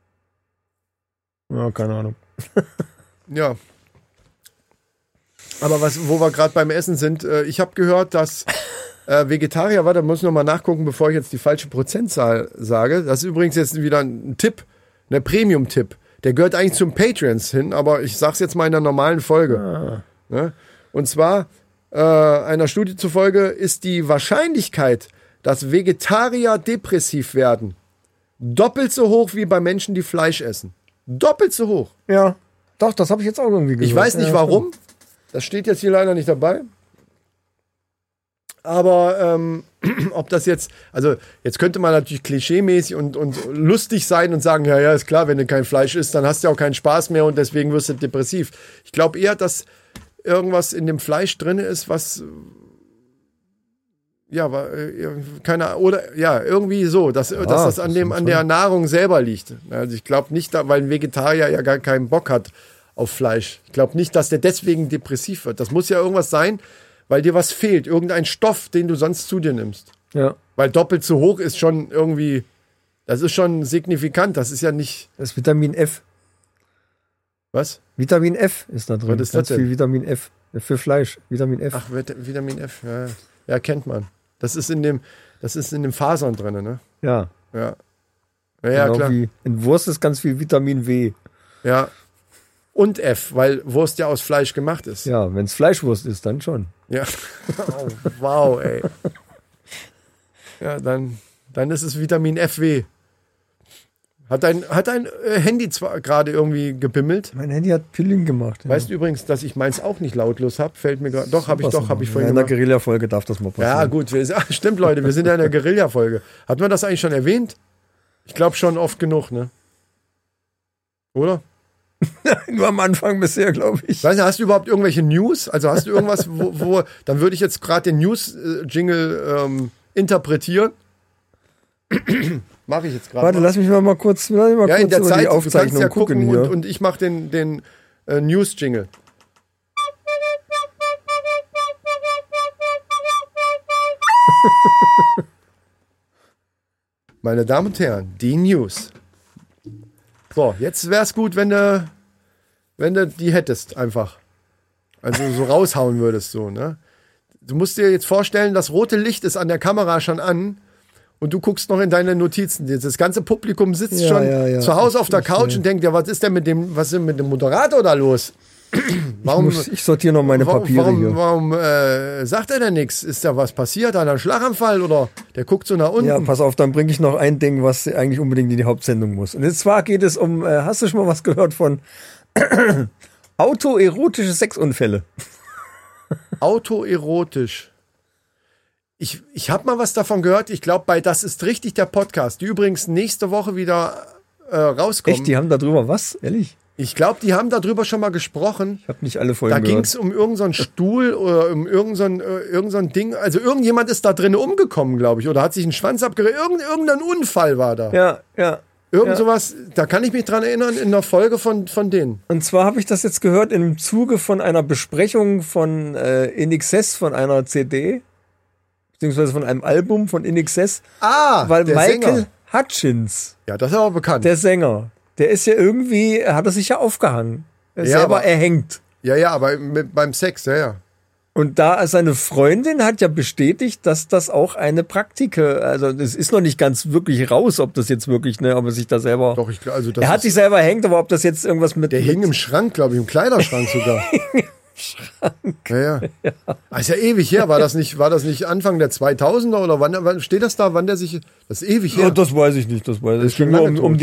Ja, keine Ahnung. Ja. Aber wo wir gerade beim Essen sind, ich habe gehört, dass Vegetarier, warte, muss ich nochmal nachgucken, bevor ich jetzt die falsche Prozentzahl sage. Das ist übrigens jetzt wieder ein Tipp, ein Premium-Tipp. Der gehört eigentlich zum Patreons hin, aber ich sag's jetzt mal in der normalen Folge. Ne? Und zwar, einer Studie zufolge ist die Wahrscheinlichkeit, dass Vegetarier depressiv werden, doppelt so hoch wie bei Menschen, die Fleisch essen. Doppelt so hoch. Ja. Doch, das habe ich jetzt auch irgendwie gehört. Ich weiß nicht warum. Das steht jetzt hier leider nicht dabei. Aber ob das jetzt, also jetzt könnte man natürlich klischeemäßig und lustig sein und sagen, ja, ist klar, wenn du kein Fleisch isst, dann hast du ja auch keinen Spaß mehr und deswegen wirst du depressiv. Ich glaube eher, dass irgendwas in dem Fleisch drin ist, was irgendwie so, dass das an der Nahrung selber liegt. Also ich glaube nicht, weil ein Vegetarier ja gar keinen Bock hat auf Fleisch. Ich glaube nicht, dass der deswegen depressiv wird. Das muss ja irgendwas sein, weil dir was fehlt. Irgendein Stoff, den du sonst zu dir nimmst. Ja. Weil doppelt so hoch ist schon irgendwie, das ist schon signifikant. Das ist ja nicht... Das ist Vitamin F. Was? Vitamin F ist da drin. Was ist das denn? Viel Vitamin F. Für Fleisch. Vitamin F. Ach, Vitamin F. Ja, kennt man. Das ist in dem Fasern drin, ne? Ja. Ja, genau, klar. Wie in Wurst ist ganz viel Vitamin W. Ja. Und F, weil Wurst ja aus Fleisch gemacht ist. Ja, wenn es Fleischwurst ist, dann schon. Ja. Oh, wow, ey. Ja, dann ist es Vitamin FW. Hat dein Handy zwar gerade irgendwie gebimmelt. Mein Handy hat Pilling gemacht. Ja. Weißt du übrigens, dass ich meins auch nicht lautlos habe? Fällt mir gerade. Doch, habe ich vorhin in der Guerilla-Folge darf das mal passieren. Ja, gut. Stimmt, Leute, wir sind ja in der Guerilla-Folge. Hat man das eigentlich schon erwähnt? Ich glaube schon oft genug, ne? Oder? Nur am Anfang bisher, glaube ich. Weißt du, hast du überhaupt irgendwelche News? Also hast du irgendwas, wo dann würde ich jetzt gerade den News-Jingle interpretieren. Mache ich jetzt gerade. Warte, lass mich mal kurz in der Zeit, die Aufzeichnung ja gucken hier. hier. Und ich mache den News-Jingle. Meine Damen und Herren, die News. So, jetzt wäre es gut, wenn du die hättest, einfach. Also so raushauen würdest, so, ne? Du musst dir jetzt vorstellen, das rote Licht ist an der Kamera schon an und du guckst noch in deine Notizen. Das ganze Publikum sitzt schon zu Hause auf der Couch und denkt, ja, was ist denn mit dem Moderator da los? Ich sortiere noch meine Papiere hier. Warum sagt er denn nichts? Ist da was passiert? Hat er einen Schlaganfall oder der guckt so nach unten? Ja, pass auf, dann bringe ich noch ein Ding, was eigentlich unbedingt in die Hauptsendung muss. Und jetzt zwar geht es um, hast du schon mal was gehört von autoerotische Sexunfälle? Autoerotisch. Ich habe mal was davon gehört. Ich glaube, bei Das ist richtig, der Podcast, die übrigens nächste Woche wieder rauskommen. Echt, die haben darüber was? Ehrlich? Ich glaube, die haben darüber schon mal gesprochen. Ich habe nicht alle Folgen gehört. Da ging gehört. es um irgendeinen Stuhl oder um irgendein Ding. Also irgendjemand ist da drin umgekommen, glaube ich. Oder hat sich einen Schwanz abgerissen. Irgendein Unfall war da. Ja. Sowas, da kann ich mich dran erinnern, in einer Folge von denen. Und zwar habe ich das jetzt gehört im Zuge von einer Besprechung von In Excess, von einer CD, beziehungsweise von einem Album von In Excess. Weil der Michael Sänger. Hutchins, Ja, das ist aber bekannt. der Sänger, der ist ja irgendwie, hat er sich ja aufgehangen. Er ist Ja, selber aber- erhängt. Ja, aber beim Sex, ja. Und da seine Freundin hat ja bestätigt, dass das auch eine Praktike, also das ist noch nicht ganz wirklich raus, ob das jetzt wirklich, ob er sich da selber. Doch, also das er hat ist, sich selber erhängt, aber ob das jetzt irgendwas mit. der hing im Schrank, glaube ich, im Kleiderschrank sogar. Ja. Ah, ist ja ewig her. War das nicht Anfang der 2000er oder wann steht das da, wann der sich, das ist ewig her. Ja, das weiß ich nicht, das weiß ich. Es ging nur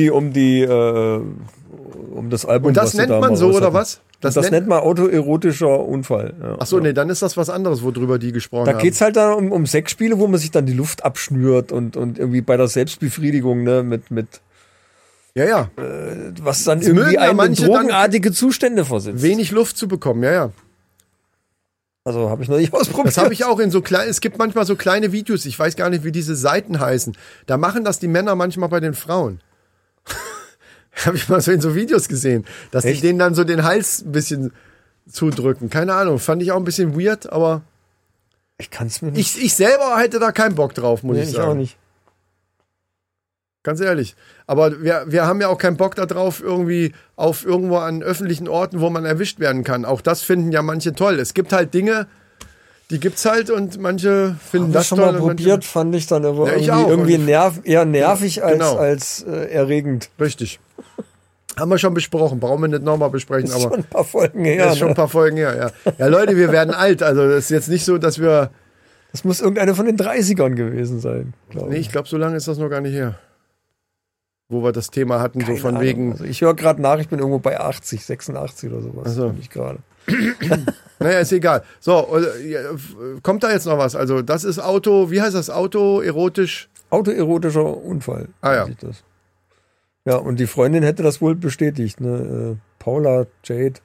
um das Album. Und das was sie nennt da man mal so, raus oder hatten. was? Das nennt man autoerotischer Unfall. Ja. Ach so, nee, dann ist das was anderes, worüber die gesprochen Da haben. geht's halt dann um Sexspiele, wo man sich dann die Luft abschnürt und irgendwie bei der Selbstbefriedigung, mit Ja. was dann Das mögen irgendwie ja einen in manche dann drogenartige Zustände versetzt. Wenig Luft zu bekommen, ja. Also habe ich noch nicht ausprobiert. Das habe ich auch in so kleinen, es gibt manchmal so kleine Videos, ich weiß gar nicht, wie diese Seiten heißen. Da machen das die Männer manchmal bei den Frauen. Habe ich mal so in so Videos gesehen, dass die denen dann so den Hals ein bisschen zudrücken. Keine Ahnung, fand ich auch ein bisschen weird, aber Ich kann es mir nicht. ich selber hätte da keinen Bock drauf, muss ich ich sagen. auch nicht. Ganz ehrlich. Aber wir haben ja auch keinen Bock da drauf, irgendwie auf irgendwo an öffentlichen Orten, wo man erwischt werden kann. Auch das finden ja manche toll. Es gibt halt Dinge, die gibt's halt und manche finden das schon toll. mal und probiert, fand ich dann aber Ja, ich auch. irgendwie Und- eher nervig Genau. als erregend. Richtig. Haben wir schon besprochen. Brauchen wir nicht nochmal besprechen. Das ist Aber schon ein paar Folgen her. das ist schon ein paar Folgen her, ja. Ja, Leute, wir werden alt. Also das ist jetzt nicht so, dass wir... Das muss irgendeine von den 30ern gewesen sein, glaube Nee, ich. ich glaube, so lange ist das noch gar nicht her. wo wir das Thema hatten, Keine so von Ahnung. wegen. Also ich höre gerade nach, ich bin irgendwo bei 80, 86 oder sowas. Also. Bin ich gerade. Naja, ist egal. So, kommt da jetzt noch was? Also, das ist Auto, wie heißt das? Autoerotisch? Autoerotischer Unfall. Ja. nennt sich das. Ja, und die Freundin hätte das wohl bestätigt, ne? Paula Jades.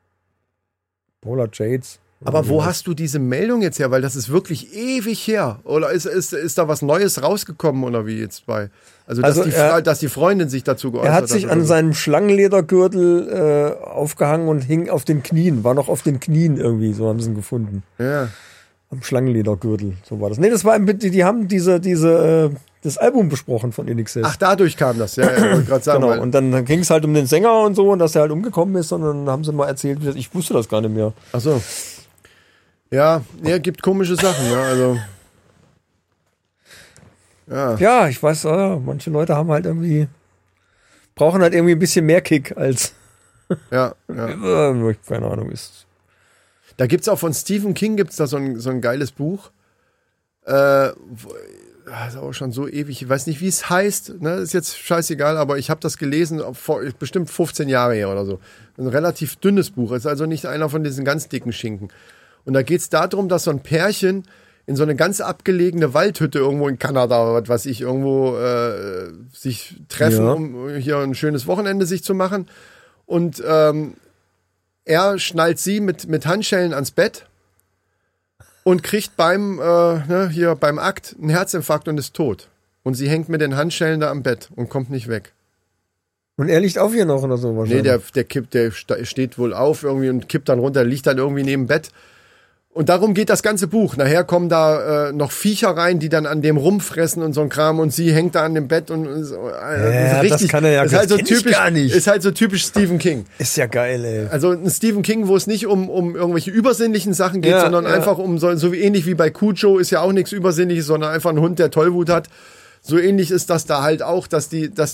Aber wo hast du diese Meldung jetzt her? Weil das ist wirklich ewig her. Oder ist da was Neues rausgekommen oder wie jetzt bei? Also, dass die Freundin sich dazu geäußert hat. Er hat sich an seinem Schlangenledergürtel aufgehangen und hing auf den Knien. War noch auf den Knien irgendwie, so haben sie ihn gefunden. Ja. Am Schlangenledergürtel, so war das. Nee, das war die haben das Album besprochen von INXS. Ach, dadurch kam das, ja, ich wollte gerade sagen. Genau, und dann ging es halt um den Sänger und so und dass er halt umgekommen ist und dann haben sie mal erzählt, ich wusste das gar nicht mehr. Ach so. Ja, gibt komische Sachen, ja, also. Ja, ich weiß, manche Leute haben halt brauchen halt irgendwie ein bisschen mehr Kick als. Ja. Keine Ahnung, ist. Da gibt's auch von Stephen King so ein geiles Buch. Ist auch schon so ewig. Ich weiß nicht, wie es heißt. Ne? Ist jetzt scheißegal, aber ich habe das gelesen vor bestimmt 15 Jahre her oder so. Ein relativ dünnes Buch. Ist also nicht einer von diesen ganz dicken Schinken. Und da geht's darum, dass so ein Pärchen in so eine ganz abgelegene Waldhütte irgendwo in Kanada, was weiß ich, irgendwo sich treffen, um hier ein schönes Wochenende sich zu machen. Und er schnallt sie mit Handschellen ans Bett und kriegt beim Akt einen Herzinfarkt und ist tot. Und sie hängt mit den Handschellen da am Bett und kommt nicht weg. Und er liegt auf hier noch oder so wahrscheinlich? Nee, der steht wohl auf irgendwie und kippt dann runter, liegt dann irgendwie neben dem Bett. Und darum geht das ganze Buch. Nachher kommen da noch Viecher rein, die dann an dem rumfressen und so ein Kram und sie hängt da an dem Bett und richtig, das kann er ja ist halt so typisch, gar nicht. Ist halt so typisch Stephen King. Ist ja geil, ey. Also ein Stephen King, wo es nicht um irgendwelche übersinnlichen Sachen geht, sondern einfach um so wie ähnlich wie bei Cujo ist ja auch nichts Übersinnliches, sondern einfach ein Hund, der Tollwut hat. So ähnlich ist das da halt auch, dass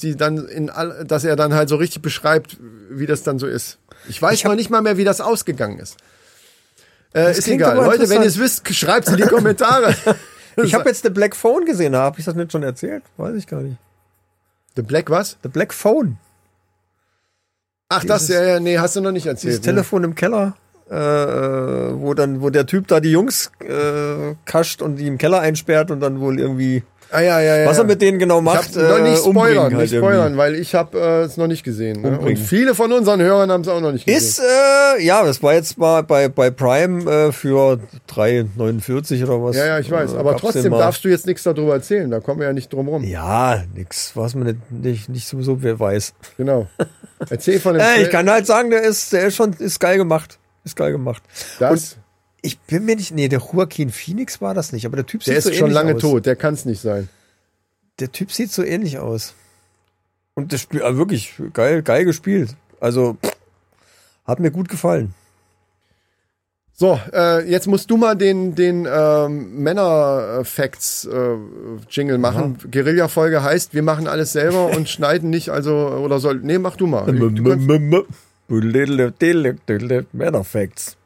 er dann halt so richtig beschreibt, wie das dann so ist. Ich weiß noch nicht mal mehr, wie das ausgegangen ist. Ist egal. Leute, wenn ihr es wisst, schreibt es in die Kommentare. Ich habe jetzt The Black Phone gesehen. Habe ich das nicht schon erzählt? Weiß ich gar nicht. The Black was? The Black Phone. Ach, nee, hast du noch nicht erzählt. Das Telefon im Keller, wo der Typ da die Jungs kascht und die im Keller einsperrt und dann wohl irgendwie... Was er mit denen genau macht, nicht spoilern, weil ich habe es noch nicht gesehen. Ne? Und viele von unseren Hörern haben es auch noch nicht gesehen. Das war jetzt mal bei Prime für 3,49 oder was. Ja, ich weiß. Aber trotzdem darfst du jetzt nichts darüber erzählen. Da kommen wir ja nicht drum rum. Ja, nix, was man nicht sowieso weiß. Genau. Erzähl von dem Ich kann halt sagen, der ist geil gemacht. Ist geil gemacht. Das... Ich bin mir nicht, der Joaquin Phoenix war das nicht, aber der Typ sieht so ähnlich aus. Der ist schon lange tot, der kann es nicht sein. Der Typ sieht so ähnlich aus. Und das Spiel, wirklich geil gespielt. Also, hat mir gut gefallen. So, jetzt musst du mal den Männer-Facts-Jingle machen. Ja. Guerilla-Folge heißt, wir machen alles selber und schneiden nicht, mach du mal. Männer-Facts.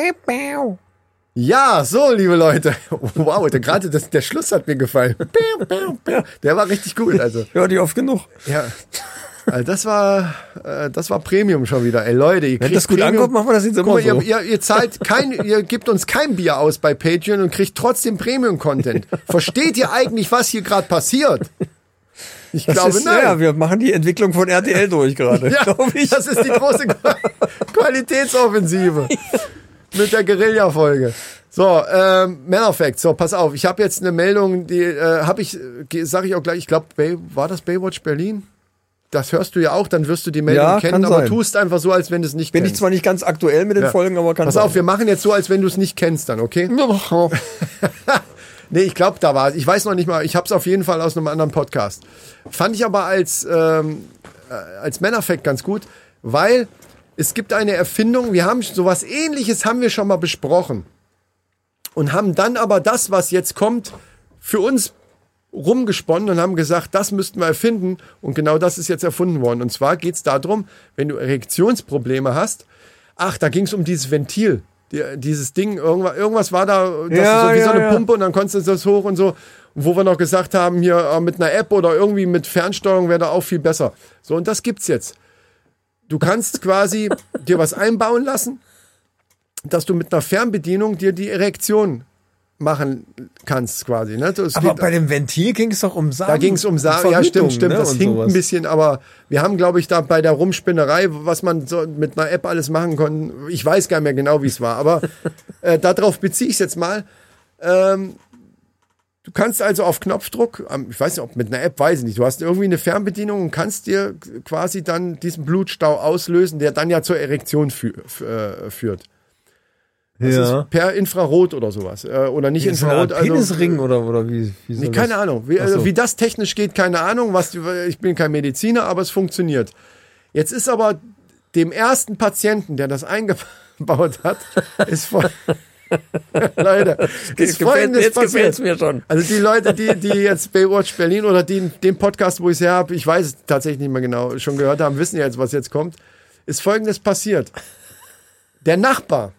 Ja, so, liebe Leute. Wow, gerade der Schluss hat mir gefallen. Der war richtig gut. Also. Ja, die oft genug. Ja. Also das war Premium schon wieder. Ey, Leute, ihr kriegt das gut Premium. Ankommt, machen wir das jetzt immer so. Ihr zahlt ihr gebt uns kein Bier aus bei Patreon und kriegt trotzdem Premium-Content. Versteht ihr eigentlich, was hier gerade passiert? Ich glaube, nein. Ja, wir machen die Entwicklung von RTL durch gerade. Ja, ich. Das ist die große Qualitätsoffensive mit der Guerilla-Folge. So, Männerfact. So, pass auf. Ich habe jetzt eine Meldung, die sage ich auch gleich. Ich glaube, war das Baywatch Berlin? Das hörst du ja auch, dann wirst du die Meldung kennen, aber tust einfach so, als wenn du es nicht kennst. Bin ich zwar nicht ganz aktuell mit den Folgen, aber kann sein. Pass auf, wir machen jetzt so, als wenn du es nicht kennst dann, okay? Nee, ich glaube, ich weiß noch nicht mal, ich habe es auf jeden Fall aus einem anderen Podcast. Fand ich aber als Männerfact ganz gut, weil es gibt eine Erfindung, wir haben sowas Ähnliches haben wir schon mal besprochen und haben dann aber das, was jetzt kommt, für uns rumgesponnen und haben gesagt, das müssten wir erfinden und genau das ist jetzt erfunden worden. Und zwar geht es darum, wenn du Erektionsprobleme hast, da ging es um dieses Ventil, dieses Ding, irgendwas war da, wie so eine Pumpe und dann konntest du das hoch und so. Und wo wir noch gesagt haben, hier mit einer App oder irgendwie mit Fernsteuerung wäre da auch viel besser. So, und das gibt's jetzt. Du kannst quasi dir was einbauen lassen, dass du mit einer Fernbedienung dir die Erektion machen kannst quasi. Ne? Aber bei dem Ventil ging es doch um Samen. Da ging es um Samen, ja stimmt. Ne? Das hinkt sowas ein bisschen, aber wir haben, glaube ich, da bei der Rumspinnerei, was man so mit einer App alles machen konnte, ich weiß gar nicht mehr genau, wie es war, aber darauf beziehe ich es jetzt mal. Du kannst also auf Knopfdruck, ich weiß nicht, ob mit einer App, weiß ich nicht, du hast irgendwie eine Fernbedienung und kannst dir quasi dann diesen Blutstau auslösen, der dann ja zur Erektion führt. Das ist per Infrarot oder sowas. Oder nicht Infrarot. Also Penisring oder wie nee, keine Ahnung. Wie das technisch geht, keine Ahnung. Ich bin kein Mediziner, aber es funktioniert. Jetzt ist aber dem ersten Patienten, der das eingebaut hat, ist voll. Leute, ist Folgendes passiert. Jetzt mir schon. Also die Leute, die jetzt Baywatch Berlin oder den Podcast, wo ich es her habe, ich weiß es tatsächlich nicht mehr genau, schon gehört haben, wissen ja jetzt, was jetzt kommt, ist Folgendes passiert. Der Nachbar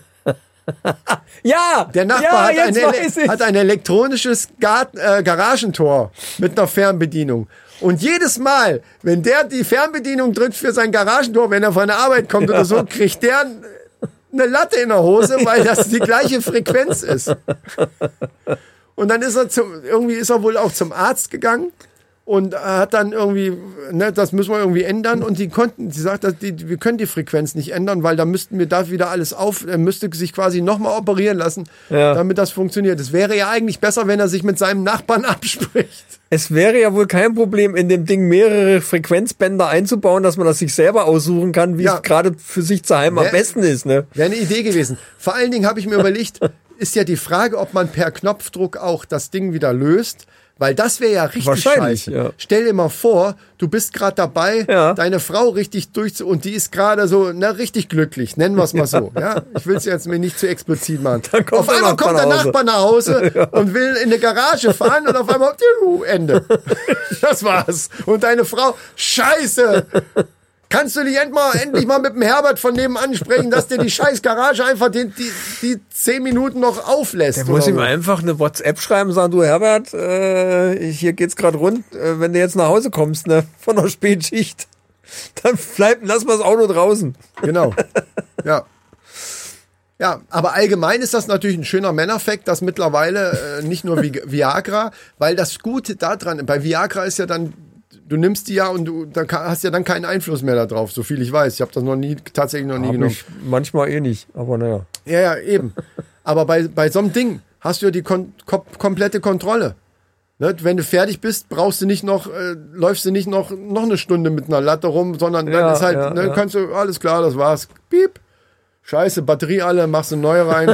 der Nachbar hat ein elektronisches Garagentor mit einer Fernbedienung. Und jedes Mal, wenn der die Fernbedienung drückt für sein Garagentor, wenn er von der Arbeit kommt oder so, kriegt der eine Latte in der Hose, weil das die gleiche Frequenz ist. Und dann ist er wohl auch zum Arzt gegangen und hat dann irgendwie, ne, das müssen wir irgendwie ändern. Und sie sagt, wir können die Frequenz nicht ändern, weil da müssten wir da wieder alles er müsste sich quasi nochmal operieren lassen, damit das funktioniert. Es wäre ja eigentlich besser, wenn er sich mit seinem Nachbarn abspricht. Es wäre ja wohl kein Problem, in dem Ding mehrere Frequenzbänder einzubauen, dass man das sich selber aussuchen kann, wie es gerade für sich zu Hause am besten ist. Ne? Wäre eine Idee gewesen. Vor allen Dingen habe ich mir überlegt, ist ja die Frage, ob man per Knopfdruck auch das Ding wieder löst. Weil das wäre ja richtig scheiße. Ja. Stell dir mal vor, du bist gerade dabei, deine Frau richtig und die ist gerade so richtig glücklich, nennen wir es mal so. Ja? Ich will es jetzt mir nicht zu explizit machen. Auf einmal kommt der Nachbar nach Hause und will in eine Garage fahren und auf einmal, Ende. Das war's. Und deine Frau, scheiße! Kannst du dich endlich mal mit dem Herbert von nebenan sprechen, dass der die scheiß Garage einfach die 10 Minuten noch auflässt? Der muss ihm einfach eine WhatsApp schreiben und sagen, du Herbert, hier geht's gerade rund, wenn du jetzt nach Hause kommst, ne, von der Spätschicht, dann lass mal das Auto draußen. Genau, ja. Ja, aber allgemein ist das natürlich ein schöner Männerfakt, dass mittlerweile nicht nur Viagra, weil das Gute daran, bei Viagra ist ja dann, du nimmst die ja und du hast ja dann keinen Einfluss mehr darauf, so viel ich weiß. Ich habe das tatsächlich noch nie genommen. Manchmal nicht, aber naja. Ja, eben. Aber bei so einem Ding hast du ja die komplette Kontrolle. Ne? Wenn du fertig bist, läufst du nicht noch eine Stunde mit einer Latte rum, sondern dann ist halt, kannst du, alles klar, das war's. Piep. Scheiße, Batterie alle, machst du neu rein.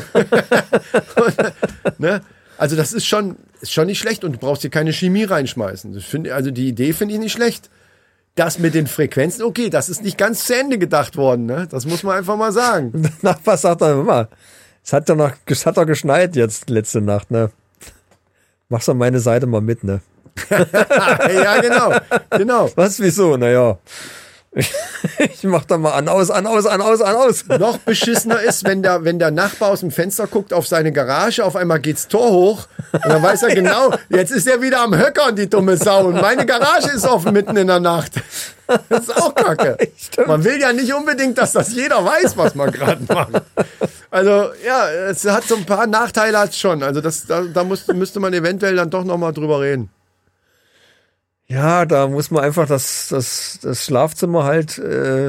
Ne? Also das ist schon nicht schlecht und du brauchst hier keine Chemie reinschmeißen. Also die Idee finde ich nicht schlecht. Das mit den Frequenzen, okay, das ist nicht ganz zu Ende gedacht worden, ne? Das muss man einfach mal sagen. Der Nachbar sagt dann immer, es hat doch geschneit jetzt letzte Nacht, ne? Machst du meine Seite mal mit, ne? Ja, genau. Was, wieso? Naja. Ich mach da mal an, aus. Noch beschissener ist, wenn der Nachbar aus dem Fenster guckt auf seine Garage, auf einmal geht's Tor hoch und dann weiß er genau, jetzt ist er wieder am Höckern, die dumme Sau, und meine Garage ist offen mitten in der Nacht. Das ist auch kacke. Stimmt. Man will ja nicht unbedingt, dass das jeder weiß, was man gerade macht. Also ja, es hat so ein paar Nachteile hat's schon. Also da müsste man eventuell dann doch nochmal drüber reden. Ja, da muss man einfach das Schlafzimmer halt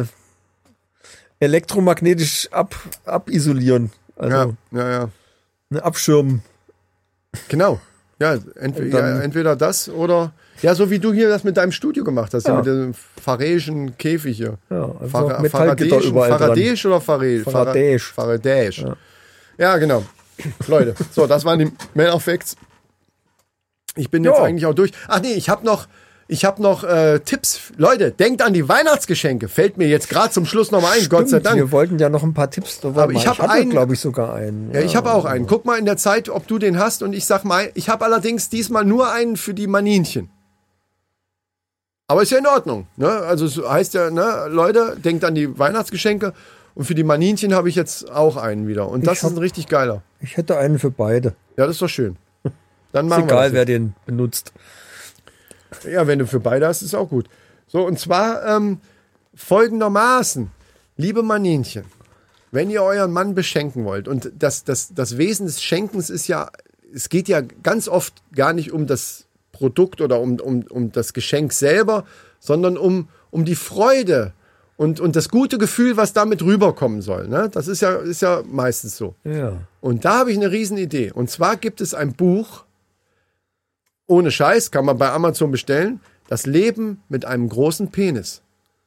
elektromagnetisch abisolieren. Also, ja. Ne, abschirmen. Genau. Ja, entweder das oder, ja, so wie du hier das mit deinem Studio gemacht hast, mit dem faräischen Käfig hier. Ja, einfach Metallgitter überall Faradäisch oder Faradäisch? Faradäisch. Ja, genau. Leute, so, das waren die Mail-Facts. Ich bin jetzt eigentlich auch durch. Ach nee, ich habe noch Tipps. Leute, denkt an die Weihnachtsgeschenke. Fällt mir jetzt gerade zum Schluss nochmal ein, Gott sei Dank. Wir wollten ja noch ein paar Tipps. Aber ich hatte, glaube ich, sogar einen. Ja, ich habe auch einen. Guck mal in der Zeit, ob du den hast. Und ich sag mal, ich habe allerdings diesmal nur einen für die Maninchen. Aber ist ja in Ordnung. Ne? Also es heißt ja, ne, Leute, denkt an die Weihnachtsgeschenke. Und für die Maninchen habe ich jetzt auch einen wieder. Und das ist ein richtig geiler. Ich hätte einen für beide. Ja, das ist doch schön. Dann Ist machen wir egal, das. wer den benutzt. Ja, wenn du für beide hast, ist auch gut. So, und zwar folgendermaßen. Liebe Maninchen, wenn ihr euren Mann beschenken wollt, und das Wesen des Schenkens ist ja, es geht ja ganz oft gar nicht um das Produkt oder um das Geschenk selber, sondern um die Freude und das gute Gefühl, was damit rüberkommen soll. Ne? Das ist ja meistens so. Ja. Und da habe ich eine Riesenidee. Und zwar gibt es ein Buch, ohne Scheiß, kann man bei Amazon bestellen, Das Leben mit einem großen Penis.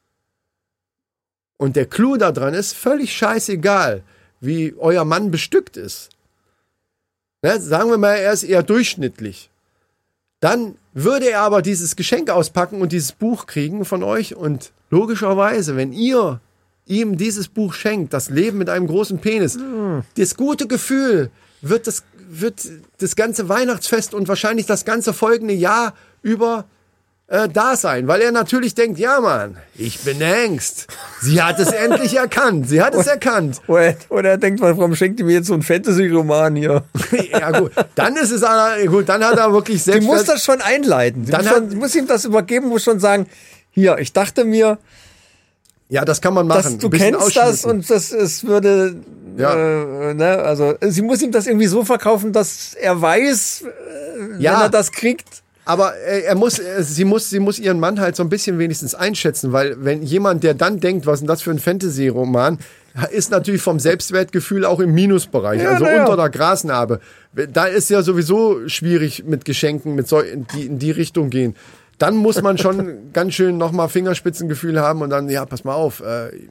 Und der Clou daran ist, völlig scheißegal, wie euer Mann bestückt ist. Ne, sagen wir mal, er ist eher durchschnittlich. Dann würde er aber dieses Geschenk auspacken und dieses Buch kriegen von euch. Und logischerweise, wenn ihr ihm dieses Buch schenkt, Das Leben mit einem großen Penis, das gute Gefühl wird das ganze Weihnachtsfest und wahrscheinlich das ganze folgende Jahr über da sein, weil er natürlich denkt, ja Mann, ich bin Angst. Sie hat es endlich erkannt. Sie hat es erkannt. Oder er denkt, warum schenkt die mir jetzt so einen Fantasy-Roman hier? Ja gut, dann ist es gut, dann hat er wirklich selbst. Die muss das schon einleiten. Die muss ihm das übergeben, muss schon sagen, hier, ich dachte mir, ja, das kann man machen. Du kennst das und es würde, ne, also sie muss ihm das irgendwie so verkaufen, dass er weiß, wenn er das kriegt. Aber sie muss ihren Mann halt so ein bisschen wenigstens einschätzen, weil wenn jemand, der dann denkt, was ist denn das für ein Fantasy-Roman, ist natürlich vom Selbstwertgefühl auch im Minusbereich, unter der Grasnarbe. Da ist ja sowieso schwierig mit Geschenken, die in die Richtung gehen. Dann muss man schon ganz schön nochmal Fingerspitzengefühl haben und dann, ja, pass mal auf.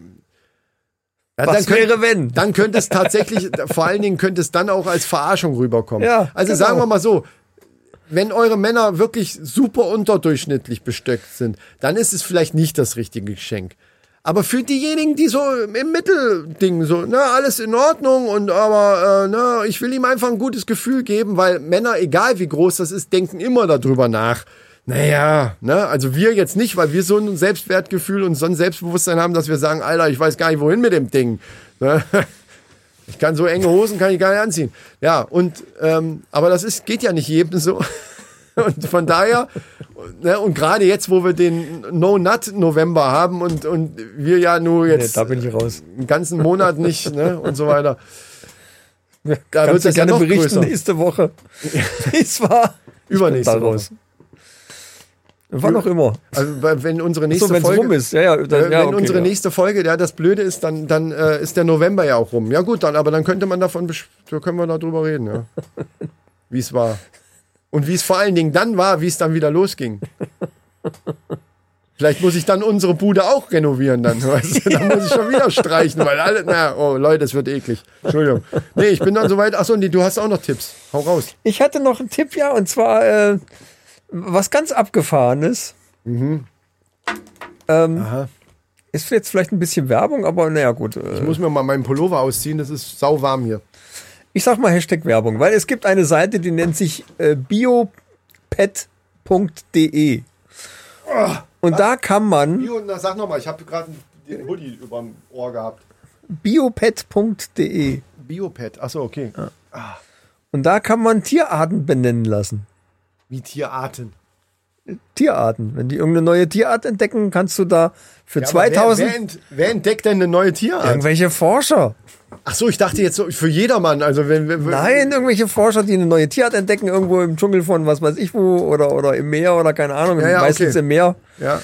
Was wäre, wenn? Dann könnte es tatsächlich, vor allen Dingen könnte es dann auch als Verarschung rüberkommen. Ja, also sagen wir mal so, wenn eure Männer wirklich super unterdurchschnittlich bestückt sind, dann ist es vielleicht nicht das richtige Geschenk. Aber für diejenigen, die so im Mittelding so, alles in Ordnung aber ich will ihm einfach ein gutes Gefühl geben, weil Männer, egal wie groß das ist, denken immer darüber nach. Naja, also wir jetzt nicht, weil wir so ein Selbstwertgefühl und so ein Selbstbewusstsein haben, dass wir sagen, Alter, ich weiß gar nicht, wohin mit dem Ding. Ne? Ich kann so enge Hosen kann ich gar nicht anziehen. Ja, und aber geht ja nicht jedem so. Und von daher, und gerade jetzt, wo wir den No-Nut-November haben und wir ja nur jetzt da bin ich raus. einen ganzen Monat nicht, und so weiter. Da wird es ja noch berichten größer. Nächste Woche. Es war übernächste Woche. Wann auch immer. Also wenn unsere nächste Folge rum ist. Wenn unsere nächste Folge, das Blöde ist, dann ist der November ja auch rum. Ja gut, aber dann könnte man können wir darüber reden, ja. Wie es war. Und wie es vor allen Dingen dann war, wie es dann wieder losging. Vielleicht muss ich dann unsere Bude auch renovieren dann, weißt du? Dann muss ich schon wieder streichen, weil oh Leute, es wird eklig. Entschuldigung. Nee, ich bin dann soweit. Achso, du hast auch noch Tipps. Hau raus. Ich hatte noch einen Tipp, ja, und zwar was ganz Abgefahrenes. Ist jetzt vielleicht ein bisschen Werbung, aber naja, gut. Ich muss mir mal meinen Pullover ausziehen, das ist sauwarm hier. Ich sag mal Hashtag Werbung, weil es gibt eine Seite, die nennt sich biopet.de. Und da kann man... Sag nochmal, ich habe gerade den Hoodie über dem Ohr gehabt. Biopet.de. Biopet, achso, okay. Ja. Und da kann man Tierarten benennen lassen. Wie Tierarten? Tierarten. Wenn die irgendeine neue Tierart entdecken, kannst du da für 2000... Wer entdeckt denn eine neue Tierart? Irgendwelche Forscher. Ach so, ich dachte jetzt so für jedermann. Also Nein, irgendwelche Forscher, die eine neue Tierart entdecken, irgendwo im Dschungel von was weiß ich wo oder im Meer oder keine Ahnung, meistens im Meer. Ja.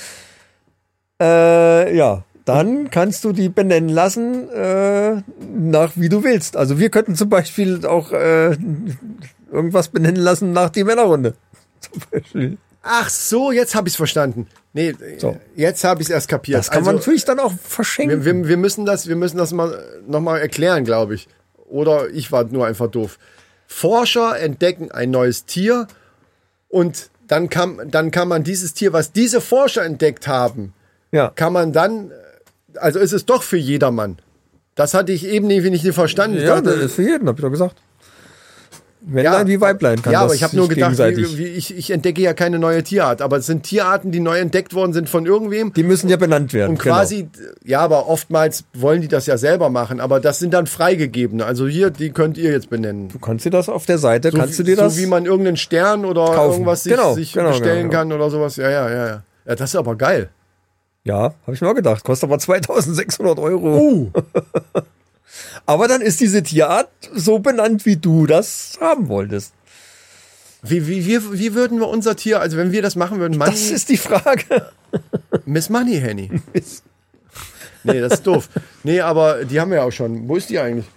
Dann kannst du die benennen lassen, nach wie du willst. Also wir könnten zum Beispiel auch irgendwas benennen lassen nach die Männerrunde. Zum Beispiel. Ach so, jetzt habe ich es verstanden. Nee, so. Jetzt habe ich es erst kapiert. Das kann man natürlich dann auch verschenken. Wir müssen das noch mal erklären, glaube ich. Oder ich war nur einfach doof. Forscher entdecken ein neues Tier und dann kann man dieses Tier, was diese Forscher entdeckt haben, kann man dann, also ist es doch für jedermann. Das hatte ich eben nicht verstanden. Ja, das ist für jeden, habe ich doch gesagt. Männlein wie Weiblein kann ja, aber das ich habe nur sich gedacht, gegenseitig. ich entdecke ja keine neue Tierart, aber es sind Tierarten, die neu entdeckt worden sind von irgendwem. Die müssen ja benannt werden. Und quasi, ja, aber oftmals wollen die das ja selber machen, aber das sind dann freigegebene. Also hier, die könnt ihr jetzt benennen. Du kannst dir das auf der Seite, kannst du dir das so wie man irgendeinen Stern oder kaufen. irgendwas sich bestellen kann oder sowas. Ja, das ist aber geil. Ja, habe ich mir auch gedacht. Kostet aber 2.600 Euro. Aber dann ist diese Tierart so benannt, wie du das haben wolltest. Wie würden wir unser Tier, also wenn wir das machen würden, Das ist die Frage. Miss Money Henny. Nee, das ist doof. Nee, aber die haben wir ja auch schon. Wo ist die eigentlich?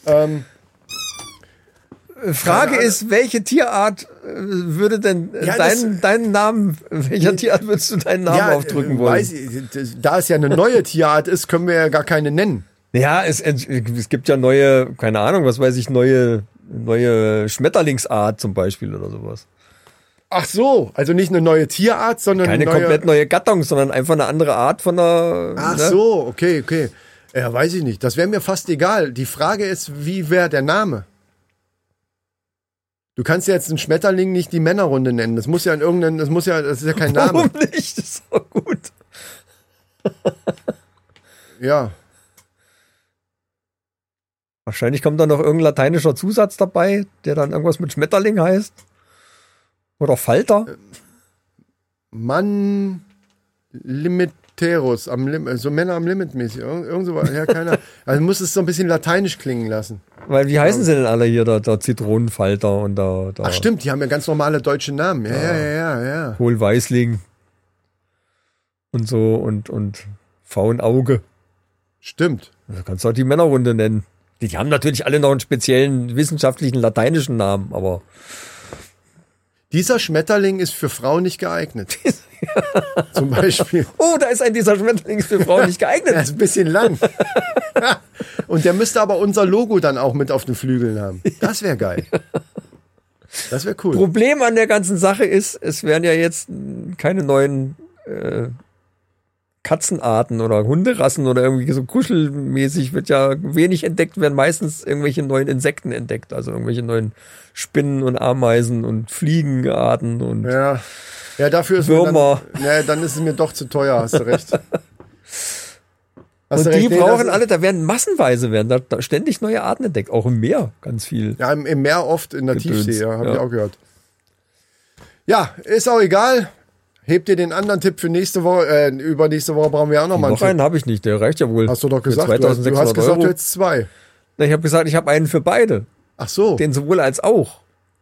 Frage ist, welche Tierart würde denn deinen Namen, welcher Tierart würdest du deinen Namen aufdrücken wollen? Da es ja eine neue Tierart ist, können wir ja gar keine nennen. Ja, es gibt ja neue, keine Ahnung, was weiß ich, neue Schmetterlingsart zum Beispiel oder sowas. Ach so, also nicht eine neue Tierart, sondern keine komplett neue Gattung, sondern einfach eine andere Art von einer... Ach so, okay. Ja, weiß ich nicht. Das wäre mir fast egal. Die Frage ist, wie wäre der Name? Du kannst ja jetzt einen Schmetterling nicht die Männerrunde nennen. Das ist ja kein Name. Warum nicht? Das ist doch gut. Ja. Wahrscheinlich kommt da noch irgendein lateinischer Zusatz dabei, der dann irgendwas mit Schmetterling heißt. Oder Falter. Mann Limiterus, so Männer am Limit mäßig. Irgend sowas. Ja, keiner. Also muss es so ein bisschen lateinisch klingen lassen. Weil wie heißen sie denn alle hier, der Zitronenfalter und der Ach stimmt, die haben ja ganz normale deutsche Namen. Ja. Kohlweißling und so und Faunauge. Stimmt. Da kannst du auch die Männerrunde nennen. Die haben natürlich alle noch einen speziellen wissenschaftlichen lateinischen Namen, aber... Dieser Schmetterling ist für Frauen nicht geeignet. Zum Beispiel. Oh, da ist dieser Schmetterling für Frauen nicht geeignet. Der ist ein bisschen lang. Und der müsste aber unser Logo dann auch mit auf den Flügeln haben. Das wäre geil. Das wäre cool. Problem an der ganzen Sache ist, es werden ja jetzt keine neuen Katzenarten oder Hunderassen oder irgendwie so kuschelmäßig wird ja wenig entdeckt, werden meistens irgendwelche neuen Insekten entdeckt, also irgendwelche neuen Spinnen und Ameisen und Fliegenarten und ja, dafür ist Würmer. Dann ist es mir doch zu teuer, hast du recht. Und die brauchen alle, da werden massenweise da ständig neue Arten entdeckt, auch im Meer ganz viel. Ja, im Meer oft, in der Tiefsee, habe ich auch gehört. Ja, ist auch egal. Hebt ihr den anderen Tipp für nächste Woche, übernächste Woche brauchen wir auch noch mal einen Tipp. Noch einen habe ich nicht, der reicht ja wohl. Hast du doch gesagt, 2.600 du hast gesagt, Euro. du hättest zwei. Ich habe gesagt, ich habe einen für beide. Ach so. Den sowohl als auch.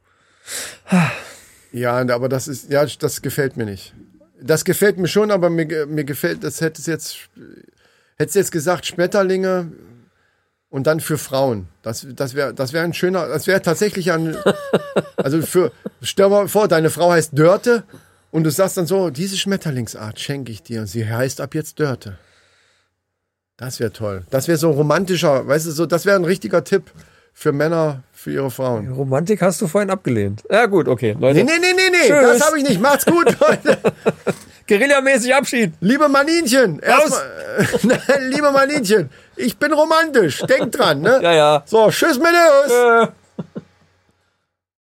Ja, aber das gefällt mir nicht. Das gefällt mir schon, aber mir gefällt, hättest jetzt gesagt, Schmetterlinge und dann für Frauen. Das wäre ein schöner, das wäre tatsächlich stell mal vor, deine Frau heißt Dörte und du sagst dann so, diese Schmetterlingsart schenke ich dir und sie heißt ab jetzt Dörte. Das wäre toll. Das wäre so romantischer, weißt du, so, das wäre ein richtiger Tipp für Männer, für ihre Frauen. Die Romantik hast du vorhin abgelehnt. Ja gut, okay, Leute. Nee, das habe ich nicht. Macht's gut, Leute. Guerillamäßig Abschied. Liebe Maninchen, liebe Maninchen, ich bin romantisch. Denkt dran, ne? Ja. So, tschüss, Mendeus.